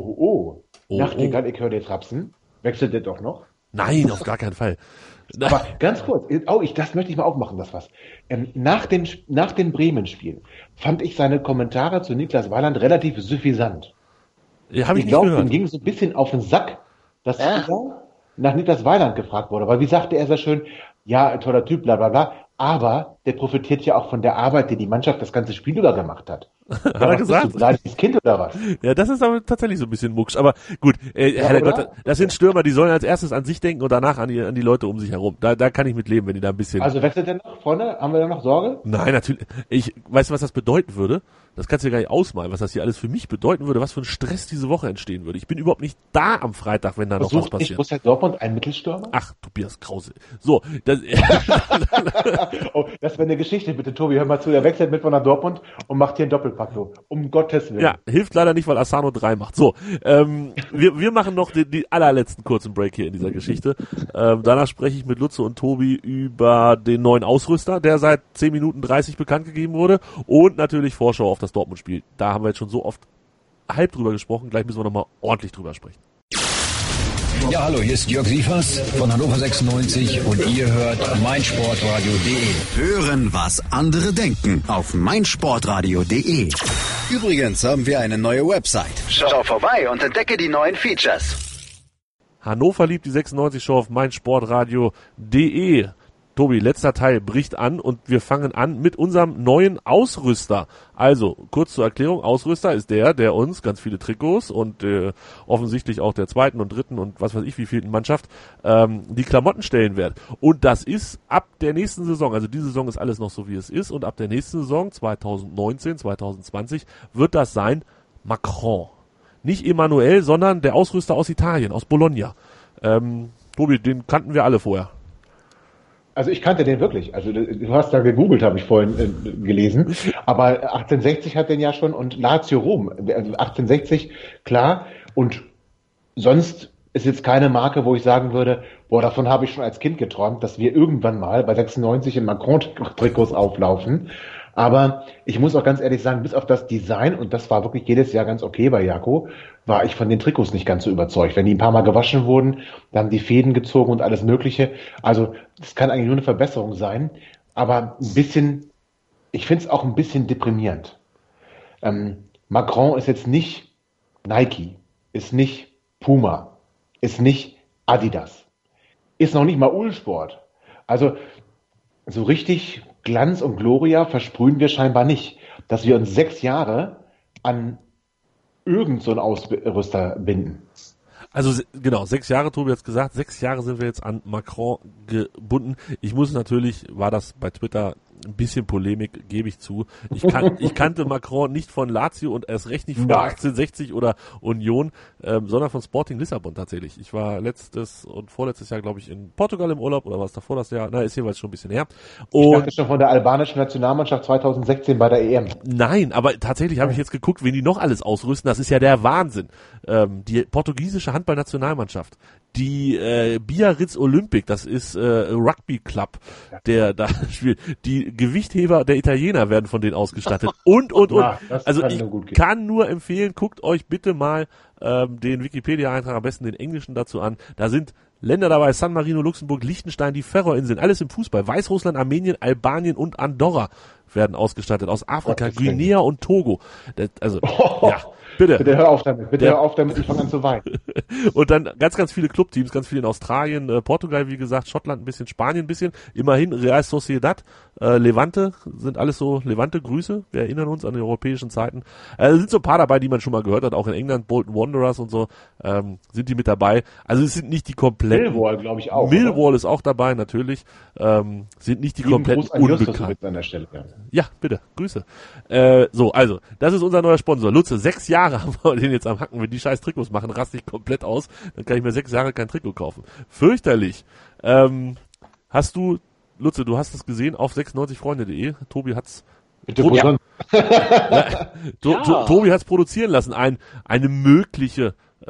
Nachtigall, ich höre dir trapsen. Wechselt der doch noch? Nein, auf gar keinen Fall. Aber ganz kurz, das möchte ich mal aufmachen, das was. Nach dem Bremen-Spiel fand ich seine Kommentare zu Niklas Weiland relativ suffisant. Ja, ich glaube, ihm ging so ein bisschen auf den Sack, dass er nach Niklas Weiland gefragt wurde. Weil wie sagte er sehr schön, ja, toller Typ, bla bla bla, aber der profitiert ja auch von der Arbeit, die mannschaft das ganze Spiel über gemacht hat. Hat er gesagt? Bist du beleidigtes Kind oder was? Ja, das ist aber tatsächlich so ein bisschen mucksch. Aber gut, Herrgott, das sind Stürmer, die sollen als erstes an sich denken und danach an die Leute um sich herum. Da kann ich mit leben, wenn die da ein bisschen... Also wechselt der noch vorne? Haben wir da noch Sorge? Nein, natürlich. Weißt du, was das bedeuten würde? Das kannst du dir gar nicht ausmalen, was das hier alles für mich bedeuten würde, was für ein Stress diese Woche entstehen würde. Ich bin überhaupt nicht da am Freitag, wenn da noch was passiert. Borussia Dortmund ein Mittelstürmer? Ach, Tobias Krause. So, das wäre eine Geschichte, bitte, Tobi, hör mal zu. Der wechselt mit von nach Dortmund und macht hier einen Doppelpack. Um Gottes Willen. Ja, hilft leider nicht, weil Asano 3 macht. So, wir machen noch die allerletzten kurzen Break hier in dieser Geschichte. Danach spreche ich mit Lutze und Tobi über den neuen Ausrüster, der seit 10 Minuten 30 bekannt gegeben wurde, und natürlich Vorschau auf das Dortmund-Spiel. Da haben wir jetzt schon so oft halb drüber gesprochen, gleich müssen wir nochmal ordentlich drüber sprechen. Ja, hallo, hier ist Jörg Sievers von Hannover 96 und ihr hört meinsportradio.de. Hören, was andere denken auf meinsportradio.de. Übrigens haben wir eine neue Website. Schau vorbei und entdecke die neuen Features. Hannover liebt die 96 Show auf meinsportradio.de. Tobi, letzter Teil bricht an und wir fangen an mit unserem neuen Ausrüster. Also, kurz zur Erklärung, Ausrüster ist der uns ganz viele Trikots und offensichtlich auch der zweiten und dritten und was weiß ich wievielten Mannschaft die Klamotten stellen wird. Und das ist ab der nächsten Saison, also diese Saison ist alles noch so wie es ist, und ab der nächsten Saison 2019, 2020 wird das sein Macron. Nicht Emanuel, sondern der Ausrüster aus Italien, aus Bologna. Tobi, den kannten wir alle vorher. Also ich kannte den wirklich. Also du hast da gegoogelt, habe ich vorhin gelesen. Aber 1860 hat den ja schon, und Lazio Rom. Also 1860, klar. Und sonst ist jetzt keine Marke, wo ich sagen würde, davon habe ich schon als Kind geträumt, dass wir irgendwann mal bei 96 in Macron-Trikots auflaufen. Aber ich muss auch ganz ehrlich sagen, bis auf das Design, und das war wirklich jedes Jahr ganz okay bei Jako, war ich von den Trikots nicht ganz so überzeugt. Wenn die ein paar Mal gewaschen wurden, dann die Fäden gezogen und alles Mögliche. Also das kann eigentlich nur eine Verbesserung sein. Aber ein bisschen, ich finde es auch ein bisschen deprimierend. Macron ist jetzt nicht Nike, ist nicht Puma, ist nicht Adidas, ist noch nicht mal Uhlsport. Also so richtig Glanz und Gloria versprühen wir scheinbar nicht, dass wir uns 6 Jahre an irgend so einen Ausrüster binden. Also genau, 6 Jahre, Tobi hat es gesagt, 6 Jahre sind wir jetzt an Macron gebunden. Ich muss natürlich, war das bei Twitter ein bisschen Polemik, gebe ich zu. Ich kannte Macron nicht von Lazio und erst recht nicht von 1860 oder Union, sondern von Sporting Lissabon tatsächlich. Ich war letztes und vorletztes Jahr, glaube ich, in Portugal im Urlaub, oder was davor das Jahr? Ist jeweils schon ein bisschen her. Und ich dachte schon von der albanischen Nationalmannschaft 2016 bei der EM. Nein, aber tatsächlich habe ich jetzt geguckt, wen die noch alles ausrüsten. Das ist ja der Wahnsinn. Die portugiesische Handballnationalmannschaft Die Biarritz Olympic, das ist Rugby Club, der da spielt. Die Gewichtheber der Italiener werden von denen ausgestattet. Und. Ja, Also ich kann nur empfehlen, guckt euch bitte mal den Wikipedia-Eintrag, am besten den englischen dazu an. Da sind Länder dabei, San Marino, Luxemburg, Liechtenstein, die Färöerinseln, alles im Fußball. Weißrussland, Armenien, Albanien und Andorra werden ausgestattet. Aus Afrika, Guinea und Togo. Ja, bitte. Bitte hör auf damit, ich fange an zu weinen. Und dann ganz, ganz viele Clubteams, ganz viele in Australien, Portugal, wie gesagt, Schottland ein bisschen, Spanien ein bisschen. Immerhin Real Sociedad, Levante, sind alles so Levante-Grüße. Wir erinnern uns an die europäischen Zeiten. Sind so ein paar dabei, die man schon mal gehört hat, auch in England, Bolton Wanderers und so, sind die mit dabei. Also es sind nicht die kompletten. Millwall, glaube ich, auch. Millwall ist auch dabei, natürlich. Sind nicht die kompletten Unbekannten. An der Stelle, Ja, bitte, Grüße. Also, das ist unser neuer Sponsor. Lutze, 6 Jahre haben wir den jetzt am Hacken. Wenn die scheiß Trikots machen, raste ich komplett aus. Dann kann ich mir 6 Jahre kein Trikot kaufen. Fürchterlich. Lutze, du hast es gesehen auf 96freunde.de. Tobi hat's Tobi hat's produzieren lassen. Ein möglicher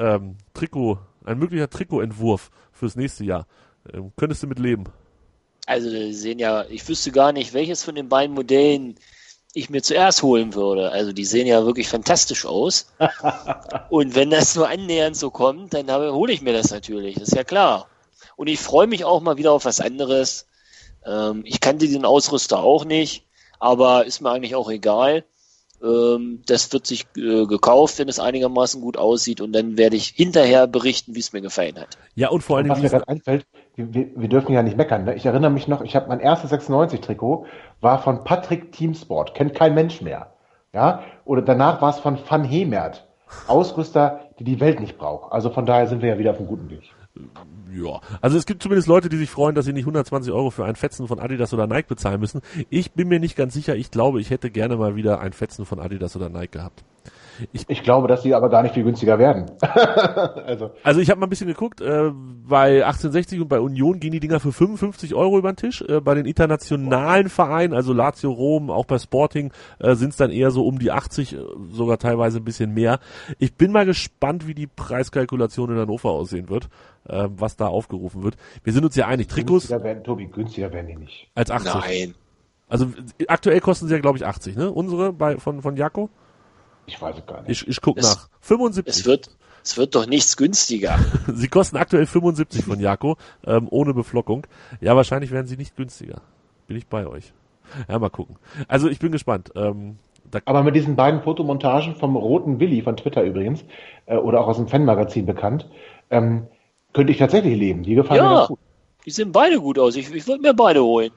Trikotentwurf fürs nächste Jahr. Könntest du mit leben? Also wir sehen ja, ich wüsste gar nicht, welches von den beiden Modellen ich mir zuerst holen würde. Also die sehen ja wirklich fantastisch aus. Und wenn das nur annähernd so kommt, dann hole ich mir das natürlich, das ist ja klar. Und ich freue mich auch mal wieder auf was anderes. Ich kannte den Ausrüster auch nicht, aber ist mir eigentlich auch egal. Das wird sich gekauft, wenn es einigermaßen gut aussieht, und dann werde ich hinterher berichten, wie es mir gefallen hat. Ja, und vor allem, was mir gerade einfällt, wir dürfen ja nicht meckern. Ne? Ich erinnere mich noch, ich habe mein erstes 96-Trikot, war von Patrick Teamsport, kennt kein Mensch mehr. Ja? Oder danach war es von Van Hemert, Ausrüster, die Welt nicht braucht. Also von daher sind wir ja wieder auf einem guten Weg. Ja, also es gibt zumindest Leute, die sich freuen, dass sie nicht 120 € für ein Fetzen von Adidas oder Nike bezahlen müssen. Ich bin mir nicht ganz sicher. Ich glaube, ich hätte gerne mal wieder ein Fetzen von Adidas oder Nike gehabt. Ich glaube, dass die aber gar nicht viel günstiger werden. Also ich habe mal ein bisschen geguckt, bei 1860 und bei Union gehen die Dinger für 55 € über den Tisch. Bei den internationalen Vereinen, also Lazio Rom, auch bei Sporting, sind es dann eher so um die 80, sogar teilweise ein bisschen mehr. Ich bin mal gespannt, wie die Preiskalkulation in Hannover aussehen wird, was da aufgerufen wird. Wir sind uns ja einig, Trikots... Günstiger werden die nicht. Als 80. Nein. Also aktuell kosten sie ja, glaube ich, 80, ne? Unsere von Jako? Ich weiß es gar nicht. Ich guck nach. 75. Es wird doch nichts günstiger. Sie kosten aktuell 75 von Jako, ohne Beflockung. Ja, wahrscheinlich werden sie nicht günstiger. Bin ich bei euch. Ja, mal gucken. Also ich bin gespannt. Aber mit diesen beiden Fotomontagen vom Roten Willi von Twitter übrigens, oder auch aus dem Fanmagazin bekannt, könnte ich tatsächlich leben. Die gefallen mir ganz gut. Die sehen beide gut aus. Ich würde mir beide holen.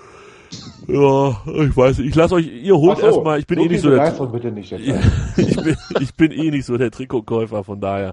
Ja, ich weiß nicht. Ich lasse euch, ihr holt erstmal, ich bin eh nicht so der bitte nicht jetzt. ich bin eh nicht so der Trikotkäufer, von daher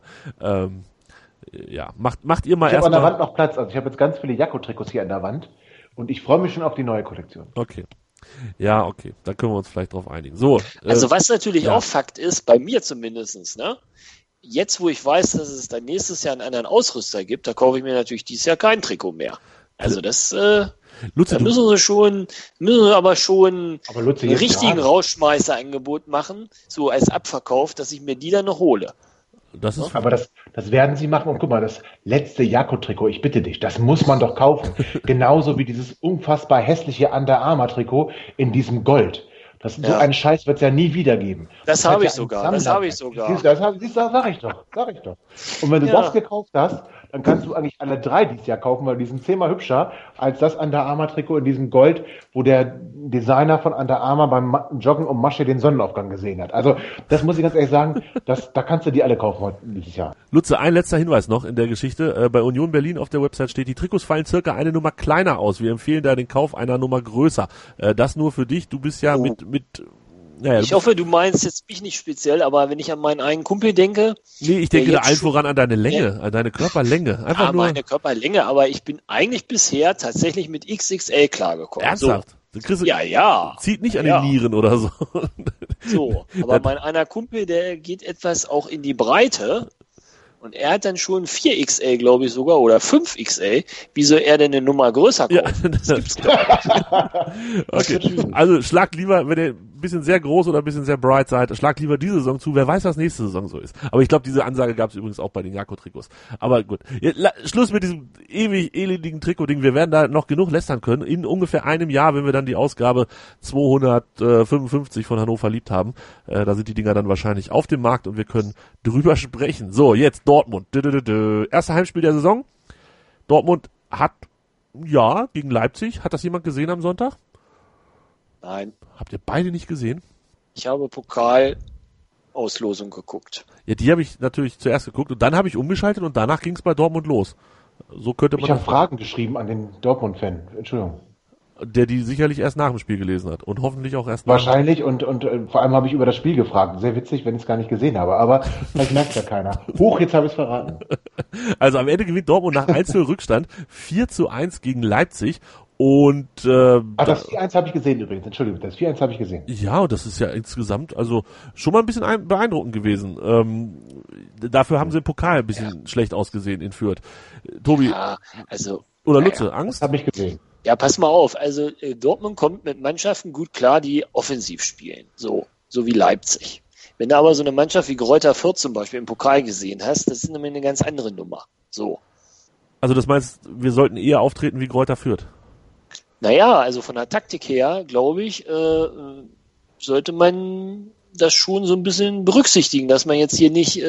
ja, macht ihr mal erstmal. Ich habe an der Wand noch Platz, also ich habe jetzt ganz viele Jakko-Trikots hier an der Wand und ich freue mich schon auf die neue Kollektion. Okay. Ja, okay, da können wir uns vielleicht drauf einigen. So. Also was natürlich auch Fakt ist, bei mir zumindestens, ne? Jetzt, wo ich weiß, dass es dann nächstes Jahr einen anderen Ausrüster gibt, da kaufe ich mir natürlich dieses Jahr kein Trikot mehr. Also das Lutze, da müssen wir aber schon Lutze, einen richtigen Rausschmeißer-Angebot machen, so als Abverkauf, dass ich mir die dann noch hole. Aber das werden sie machen. Und guck mal, das letzte Jakko-Trikot, ich bitte dich, das muss man doch kaufen. Genauso wie dieses unfassbar hässliche Under Armour-Trikot in diesem Gold. So einen Scheiß wird es ja nie wieder geben. Das habe ich sogar. Sag ich doch. Und wenn du das gekauft hast, dann kannst du eigentlich alle 3 dieses Jahr kaufen, weil die sind 10-mal hübscher als das Under Armour Trikot in diesem Gold, wo der Designer von Under Armour beim Joggen um Masche den Sonnenaufgang gesehen hat. Also das muss ich ganz ehrlich sagen, da kannst du die alle kaufen heute dieses Jahr. Lutze, ein letzter Hinweis noch in der Geschichte. Bei Union Berlin auf der Website steht, die Trikots fallen circa eine Nummer kleiner aus. Wir empfehlen da den Kauf einer Nummer größer. Das nur für dich. Du bist ja ich hoffe, du meinst jetzt mich nicht speziell, aber wenn ich an meinen eigenen Kumpel denke... Nee, ich denke da allen voran an deine Länge, an deine Körperlänge. Einfach nur meine Körperlänge, aber ich bin eigentlich bisher tatsächlich mit XXL klargekommen. Ernsthaft? So. Ja. Zieht nicht an den Nieren oder so. So, aber mein einer Kumpel, der geht etwas auch in die Breite. Und er hat dann schon 4XL, glaube ich sogar, oder 5XL. Wie soll er denn eine Nummer größer kaufen? Ja, das gibt's gar nicht. Okay, also schlagt lieber, wenn ihr bisschen sehr groß oder ein bisschen sehr bright seid, schlag lieber diese Saison zu. Wer weiß, was nächste Saison so ist. Aber ich glaube, diese Ansage gab es übrigens auch bei den Jako-Trikots. Aber gut, Schluss mit diesem ewig elendigen Trikot-Ding. Wir werden da noch genug lästern können. In ungefähr einem Jahr, wenn wir dann die Ausgabe 255 von Hannover liebt haben, da sind die Dinger dann wahrscheinlich auf dem Markt und wir können drüber sprechen. So, jetzt Dortmund. Erste Heimspiel der Saison. Dortmund hat, gegen Leipzig. Hat das jemand gesehen am Sonntag? Nein. Habt ihr beide nicht gesehen? Ich habe Pokalauslosung geguckt. Ja, die habe ich natürlich zuerst geguckt und dann habe ich umgeschaltet und danach ging es bei Dortmund los. So könnte man. Ich habe Fragen geschrieben an den Dortmund-Fan. Entschuldigung. Der die sicherlich erst nach dem Spiel gelesen hat und hoffentlich auch erst wahrscheinlich und vor allem habe ich über das Spiel gefragt. Sehr witzig, wenn ich es gar nicht gesehen habe, aber vielleicht merkt ja keiner. Jetzt habe ich es verraten. Also am Ende gewinnt Dortmund nach 1-0 Rückstand 4-1 gegen Leipzig und das 4-1 habe ich gesehen übrigens. Entschuldigung, das 4-1 habe ich gesehen. Ja, und das ist ja insgesamt also schon mal ein bisschen beeindruckend gewesen. Dafür haben sie im Pokal ein bisschen schlecht ausgesehen in Fürth. Tobi, oder Lutze, Angst? Das habe ich gesehen. Ja, pass mal auf. Also Dortmund kommt mit Mannschaften gut klar, die offensiv spielen. So wie Leipzig. Wenn du aber so eine Mannschaft wie Greuther Fürth zum Beispiel im Pokal gesehen hast, das ist nämlich eine ganz andere Nummer. So. Also das meinst, wir sollten eher auftreten wie Greuther Fürth? Naja, also von der Taktik her, glaube ich, sollte man das schon so ein bisschen berücksichtigen, dass man jetzt hier nicht,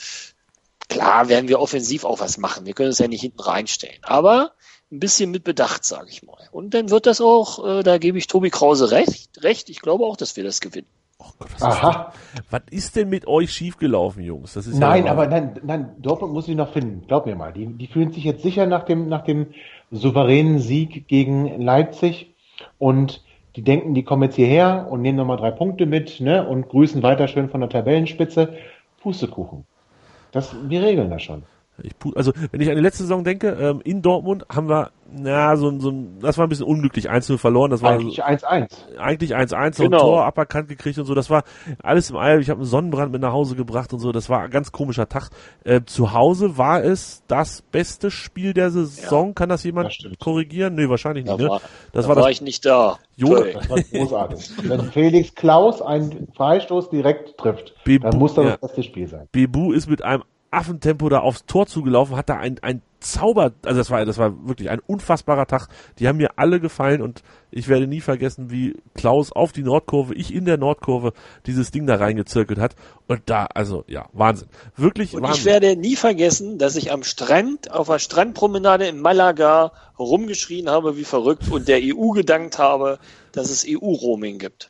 klar werden wir offensiv auch was machen. Wir können es ja nicht hinten reinstellen. Aber ein bisschen mit Bedacht, sage ich mal. Und dann wird das auch, da gebe ich Tobi Krause recht. Ich glaube auch, dass wir das gewinnen. Oh Gott, was ist denn mit euch schiefgelaufen, Jungs? Das ist nein, Dortmund muss ich noch finden. Glaub mir mal. Die fühlen sich jetzt sicher nach dem souveränen Sieg gegen Leipzig und die denken, die kommen jetzt hierher und nehmen nochmal 3 Punkte mit, ne, und grüßen weiter schön von der Tabellenspitze. Pustekuchen. Wir regeln das schon. Also, wenn ich an die letzte Saison denke, in Dortmund haben wir, das war ein bisschen unglücklich, 1-0 verloren. Das war eigentlich 1-1. Eigentlich 1-1, so ein Tor aberkannt gekriegt und so. Das war alles im All. Ich habe einen Sonnenbrand mit nach Hause gebracht und so. Das war ein ganz komischer Tag. Zu Hause war es das beste Spiel der Saison. Ja, kann das jemand korrigieren? Nee, wahrscheinlich nicht. Da war ich nicht da. Das war großartig. Wenn Felix Klaus einen Freistoß direkt trifft, dann muss das beste Spiel sein. Bebu ist mit einem Affentempo da aufs Tor zugelaufen, hat da ein Zauber, also das war wirklich ein unfassbarer Tag. Die haben mir alle gefallen und ich werde nie vergessen, wie Klaus auf die Nordkurve, ich in der Nordkurve, dieses Ding da reingezirkelt hat. Und da, also ja, Wahnsinn. Wirklich und Wahnsinn. Ich werde nie vergessen, dass ich am Strand, auf der Strandpromenade in Malaga rumgeschrien habe wie verrückt und der EU gedankt habe, dass es EU-Roaming gibt.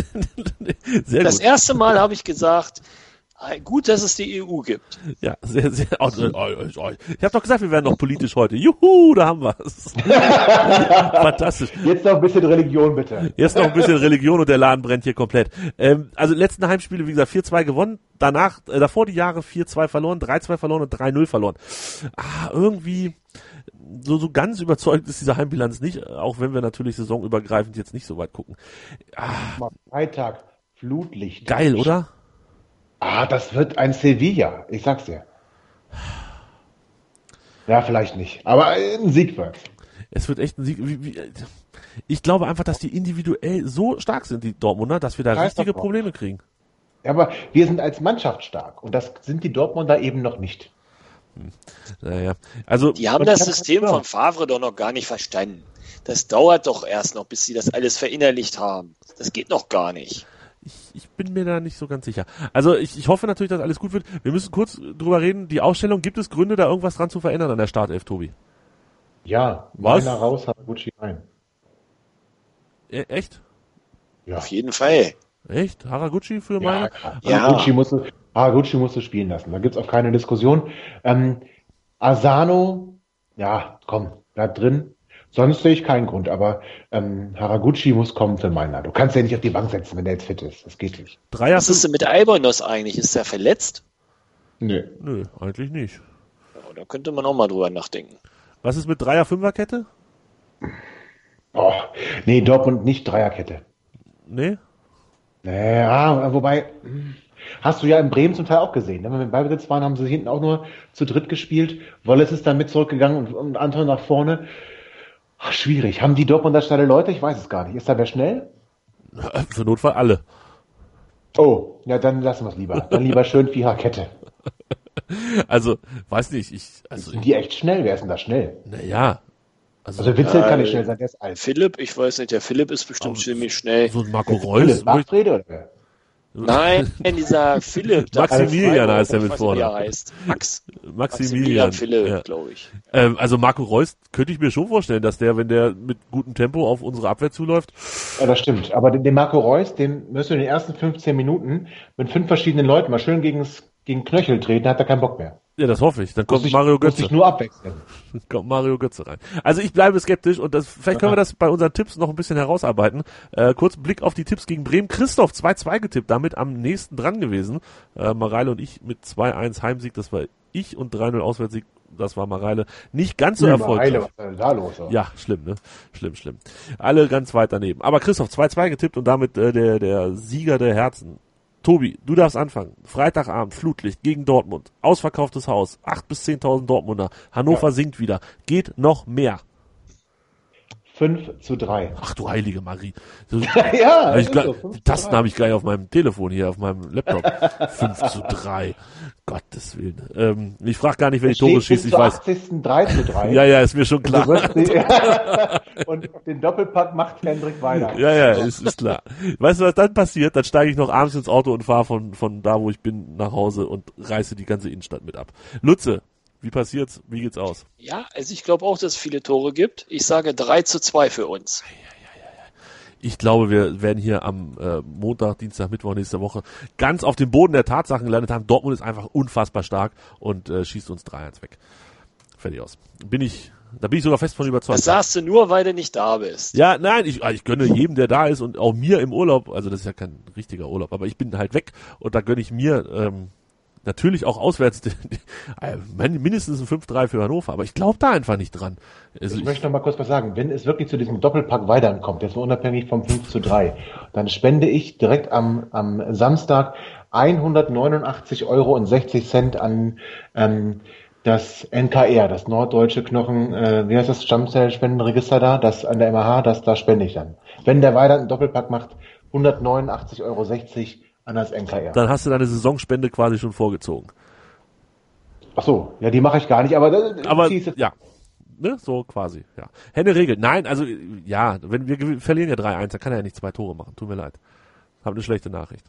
Sehr das gut. erste Mal habe ich gesagt, gut, dass es die EU gibt. Ja, sehr, sehr. Ich habe doch gesagt, wir werden noch politisch heute. Juhu, da haben wir es. Fantastisch. Jetzt noch ein bisschen Religion, bitte. Jetzt noch ein bisschen Religion und der Laden brennt hier komplett. Also letzten Heimspiele, wie gesagt, 4-2 gewonnen. Davor die Jahre 4-2 verloren, 3-2 verloren und 3-0 verloren. Irgendwie so ganz überzeugend ist diese Heimbilanz nicht, auch wenn wir natürlich saisonübergreifend jetzt nicht so weit gucken. Freitag, Flutlicht. Geil, oder? Das wird ein Sevilla, ich sag's dir. Ja, vielleicht nicht, aber ein Sieg wird. Es wird echt ein Sieg. Ich glaube einfach, dass die individuell so stark sind, die Dortmunder, dass wir da richtige Probleme kriegen. Ja, aber wir sind als Mannschaft stark und das sind die Dortmunder eben noch nicht. Naja, also die haben das System von Favre doch noch gar nicht verstanden. Das dauert doch erst noch, bis sie das alles verinnerlicht haben. Das geht noch gar nicht. Ich bin mir da nicht so ganz sicher. Also ich hoffe natürlich, dass alles gut wird. Wir müssen kurz drüber reden. Die Ausstellung, gibt es Gründe, da irgendwas dran zu verändern an der Startelf, Tobi? Ja, was? Meiner raus, Haraguchi rein. Echt? Ja. Auf jeden Fall. Echt? Haraguchi für meine? Haraguchi musst du spielen lassen. Da gibt's auch keine Diskussion. Asano, ja, komm, bleib drin. Sonst sehe ich keinen Grund, aber Haraguchi muss kommen für Meiner. Du kannst ja nicht auf die Bank setzen, wenn der jetzt fit ist. Das geht nicht. Was ist denn mit Albonos eigentlich? Ist der verletzt? Nö, eigentlich nicht. Ja, da könnte man auch mal drüber nachdenken. Was ist mit Dreier-Fünfer-Kette? Nee, Dortmund nicht Dreierkette. Nee? Naja, wobei, hast du ja in Bremen zum Teil auch gesehen. Wenn wir mit Ballbesitz waren, haben sie hinten auch nur zu dritt gespielt. Wallace ist dann mit zurückgegangen und Anton nach vorne. Schwierig. Haben die Dortmunder schnelle Leute? Ich weiß es gar nicht. Ist da wer schnell? Für Notfall alle. Oh, ja, dann lassen wir es lieber. Dann lieber schön Viererkette. Also, weiß nicht, Sind die echt schnell? Wer ist denn da schnell? naja. Also Witzel kann nicht schnell sein, der ist alt. Philipp, ich weiß nicht, der Philipp ist bestimmt ziemlich schnell. So ein Marco Reus. Bachtrede oder wer? Nein, dieser Philipp. Maximilian heißt er mit vorne. Wie er heißt. Maximilian Philipp, ja. glaube ich. Also Marco Reus könnte ich mir schon vorstellen, dass der, wenn der mit gutem Tempo auf unsere Abwehr zuläuft. Ja, das stimmt. Aber den Marco Reus, den müssen wir in den ersten 15 Minuten mit 5 verschiedenen Leuten mal schön gegen Knöchel treten, da hat er keinen Bock mehr. Ja, das hoffe ich. Dann kommt Muss Mario Götze. Muss ich nur abwechseln. Kommt Mario Götze rein. Also ich bleibe skeptisch und vielleicht können wir das bei unseren Tipps noch ein bisschen herausarbeiten. Kurz Blick auf die Tipps gegen Bremen. Christoph 2-2 getippt, damit am nächsten dran gewesen. Mareile und ich mit 2-1 Heimsieg, das war ich, und 3-0 Auswärtssieg, das war Mareile. Nicht ganz so erfolgreich. Mareile, was ist denn da los? Oder? Ja, schlimm, ne? Schlimm. Alle ganz weit daneben. Aber Christoph 2-2 getippt und damit der Sieger der Herzen. Tobi, du darfst anfangen. Freitagabend, Flutlicht gegen Dortmund. Ausverkauftes Haus. 8.000 bis 10.000 Dortmunder. Hannover sinkt wieder. Geht noch mehr. 5-3. Ach du heilige Marie. Ja, die Tasten habe ich gleich auf meinem Telefon hier, auf meinem Laptop. 5-3. Gottes Willen. Ich frage gar nicht, wer die Tore schießt. Ich weiß. 3-3. Ja, ist mir schon klar. Und den Doppelpack macht Hendrik weiter. Ja, ist klar. Weißt du, was dann passiert? Dann steige ich noch abends ins Auto und fahre von da, wo ich bin, nach Hause und reiße die ganze Innenstadt mit ab. Lutze, wie passiert's? Wie geht's aus? Ja, also ich glaube auch, dass es viele Tore gibt. Ich sage 3-2 für uns. Ich glaube, wir werden hier am Montag, Dienstag, Mittwoch nächste Woche ganz auf dem Boden der Tatsachen gelandet haben. Dortmund ist einfach unfassbar stark und schießt uns 3-1 weg. Fertig aus. Da bin ich sogar fest von überzeugt. Das sagst du nur, weil du nicht da bist. Ja, nein, ich gönne jedem, der da ist, und auch mir im Urlaub, also das ist ja kein richtiger Urlaub, aber ich bin halt weg und da gönne ich mir natürlich auch auswärts mindestens ein 5-3 für Hannover, aber ich glaube da einfach nicht dran. Also ich möchte noch mal kurz was sagen. Wenn es wirklich zu diesem Doppelpack weiter kommt, jetzt unabhängig vom 5-3, dann spende ich direkt am Samstag 189,60 € an das NKR, das Norddeutsche Knochen, wie heißt das, Stammzellspendenregister das an der MH, da spende ich dann. Wenn der weiter einen Doppelpack macht, 189,60 € an das NKR. Dann hast du deine Saisonspende quasi schon vorgezogen. Ach so, ja, die mache ich gar nicht, aber ja, ne, so quasi, ja. Henne regelt. Nein, also ja, wenn wir verlieren ja 3-1, dann kann er ja nicht 2 Tore machen. Tut mir leid. Hab eine schlechte Nachricht.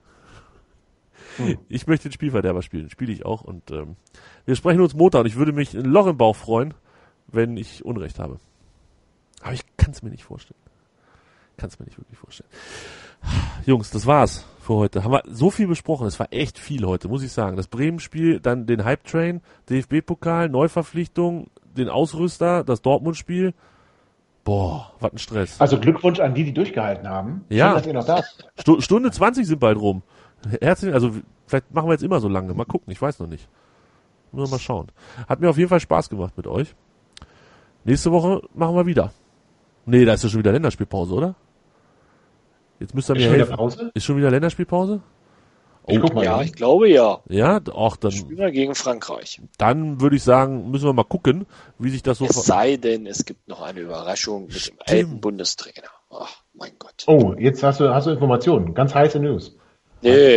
Ich möchte den Spielverderber spielen. Spiele ich auch. Und wir sprechen uns Montag und ich würde mich ein Loch im Bauch freuen, wenn ich Unrecht habe. Aber ich kann es mir nicht vorstellen. Kann es mir nicht wirklich vorstellen. Jungs, das war's für heute. Haben wir so viel besprochen. Es war echt viel heute, muss ich sagen. Das Bremen-Spiel, dann den Hype-Train, DFB-Pokal, Neuverpflichtung, den Ausrüster, das Dortmund-Spiel. Boah, was ein Stress. Also Glückwunsch an die durchgehalten haben. Ja. Schön, dass ihr noch da seid. Stunde 20 sind bald rum. Herzlich, also vielleicht machen wir jetzt immer so lange. Mal gucken, ich weiß noch nicht. Nur mal schauen. Hat mir auf jeden Fall Spaß gemacht mit euch. Nächste Woche machen wir wieder. Nee, da ist ja schon wieder Länderspielpause, oder? Jetzt müsst ihr mir helfen. Pause? Ist schon wieder Länderspielpause? Ich guck mal Ja, hin. ich glaube ja. Ja, auch dann. Spielen wir gegen Frankreich. Dann würde ich sagen, müssen wir mal gucken, wie sich das so Es sei denn, es gibt noch eine Überraschung mit dem alten Bundestrainer. Ach, mein Gott. Oh, jetzt hast du Informationen. Ganz heiße News. Nee,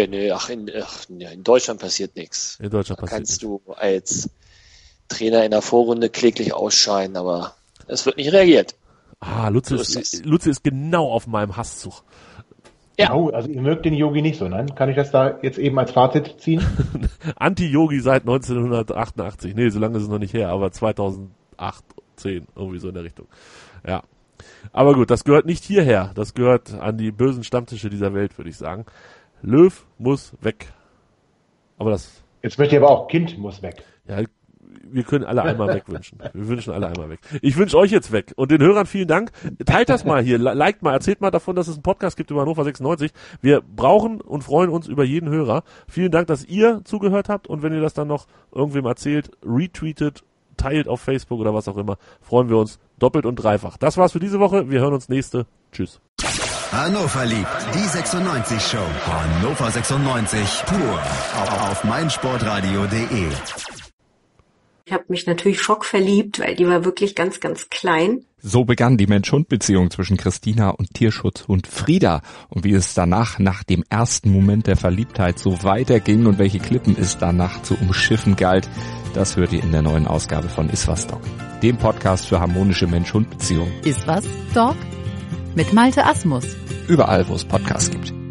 in Deutschland passiert nichts. in Deutschland Da passiert. kannst du als Trainer in der Vorrunde kläglich ausscheiden, aber es wird nicht reagiert. Lutze So ist Lutze ist genau auf meinem Hasszug. Ja. Oh, also ihr mögt den Yogi nicht so, nein? Kann ich das da jetzt eben als Fazit ziehen? Anti-Yogi seit 1988. Nee, so lange ist es noch nicht her, aber 2008, 10, irgendwie so in der Richtung. Ja. Aber gut, das gehört nicht hierher. Das gehört an die bösen Stammtische dieser Welt, würde ich sagen. Löw muss weg. Aber das... Jetzt möchte ich aber auch, Kind muss weg. Ja, wir können alle einmal wegwünschen. Wir wünschen alle einmal weg. Ich wünsche euch jetzt weg. Und den Hörern vielen Dank. Teilt das mal hier. Liked mal. Erzählt mal davon, dass es einen Podcast gibt über Hannover 96. Wir brauchen und freuen uns über jeden Hörer. Vielen Dank, dass ihr zugehört habt. Und wenn ihr das dann noch irgendwem erzählt, retweetet, teilt auf Facebook oder was auch immer, freuen wir uns doppelt und dreifach. Das war's für diese Woche. Wir hören uns nächste. Tschüss. Hannover liebt die 96 Show. Hannover 96 pur auf meinsportradio.de. Ich habe mich natürlich schockverliebt, weil die war wirklich ganz, ganz klein. So begann die Mensch-Hund-Beziehung zwischen Christina und Tierschutzhund Frieda. Und wie es danach, nach dem ersten Moment der Verliebtheit, so weiterging und welche Klippen es danach zu umschiffen galt, das hört ihr in der neuen Ausgabe von Iswas Dog, dem Podcast für harmonische Mensch-Hund-Beziehungen. Iswas Dog? Mit Malte Asmus. Überall, wo es Podcasts gibt.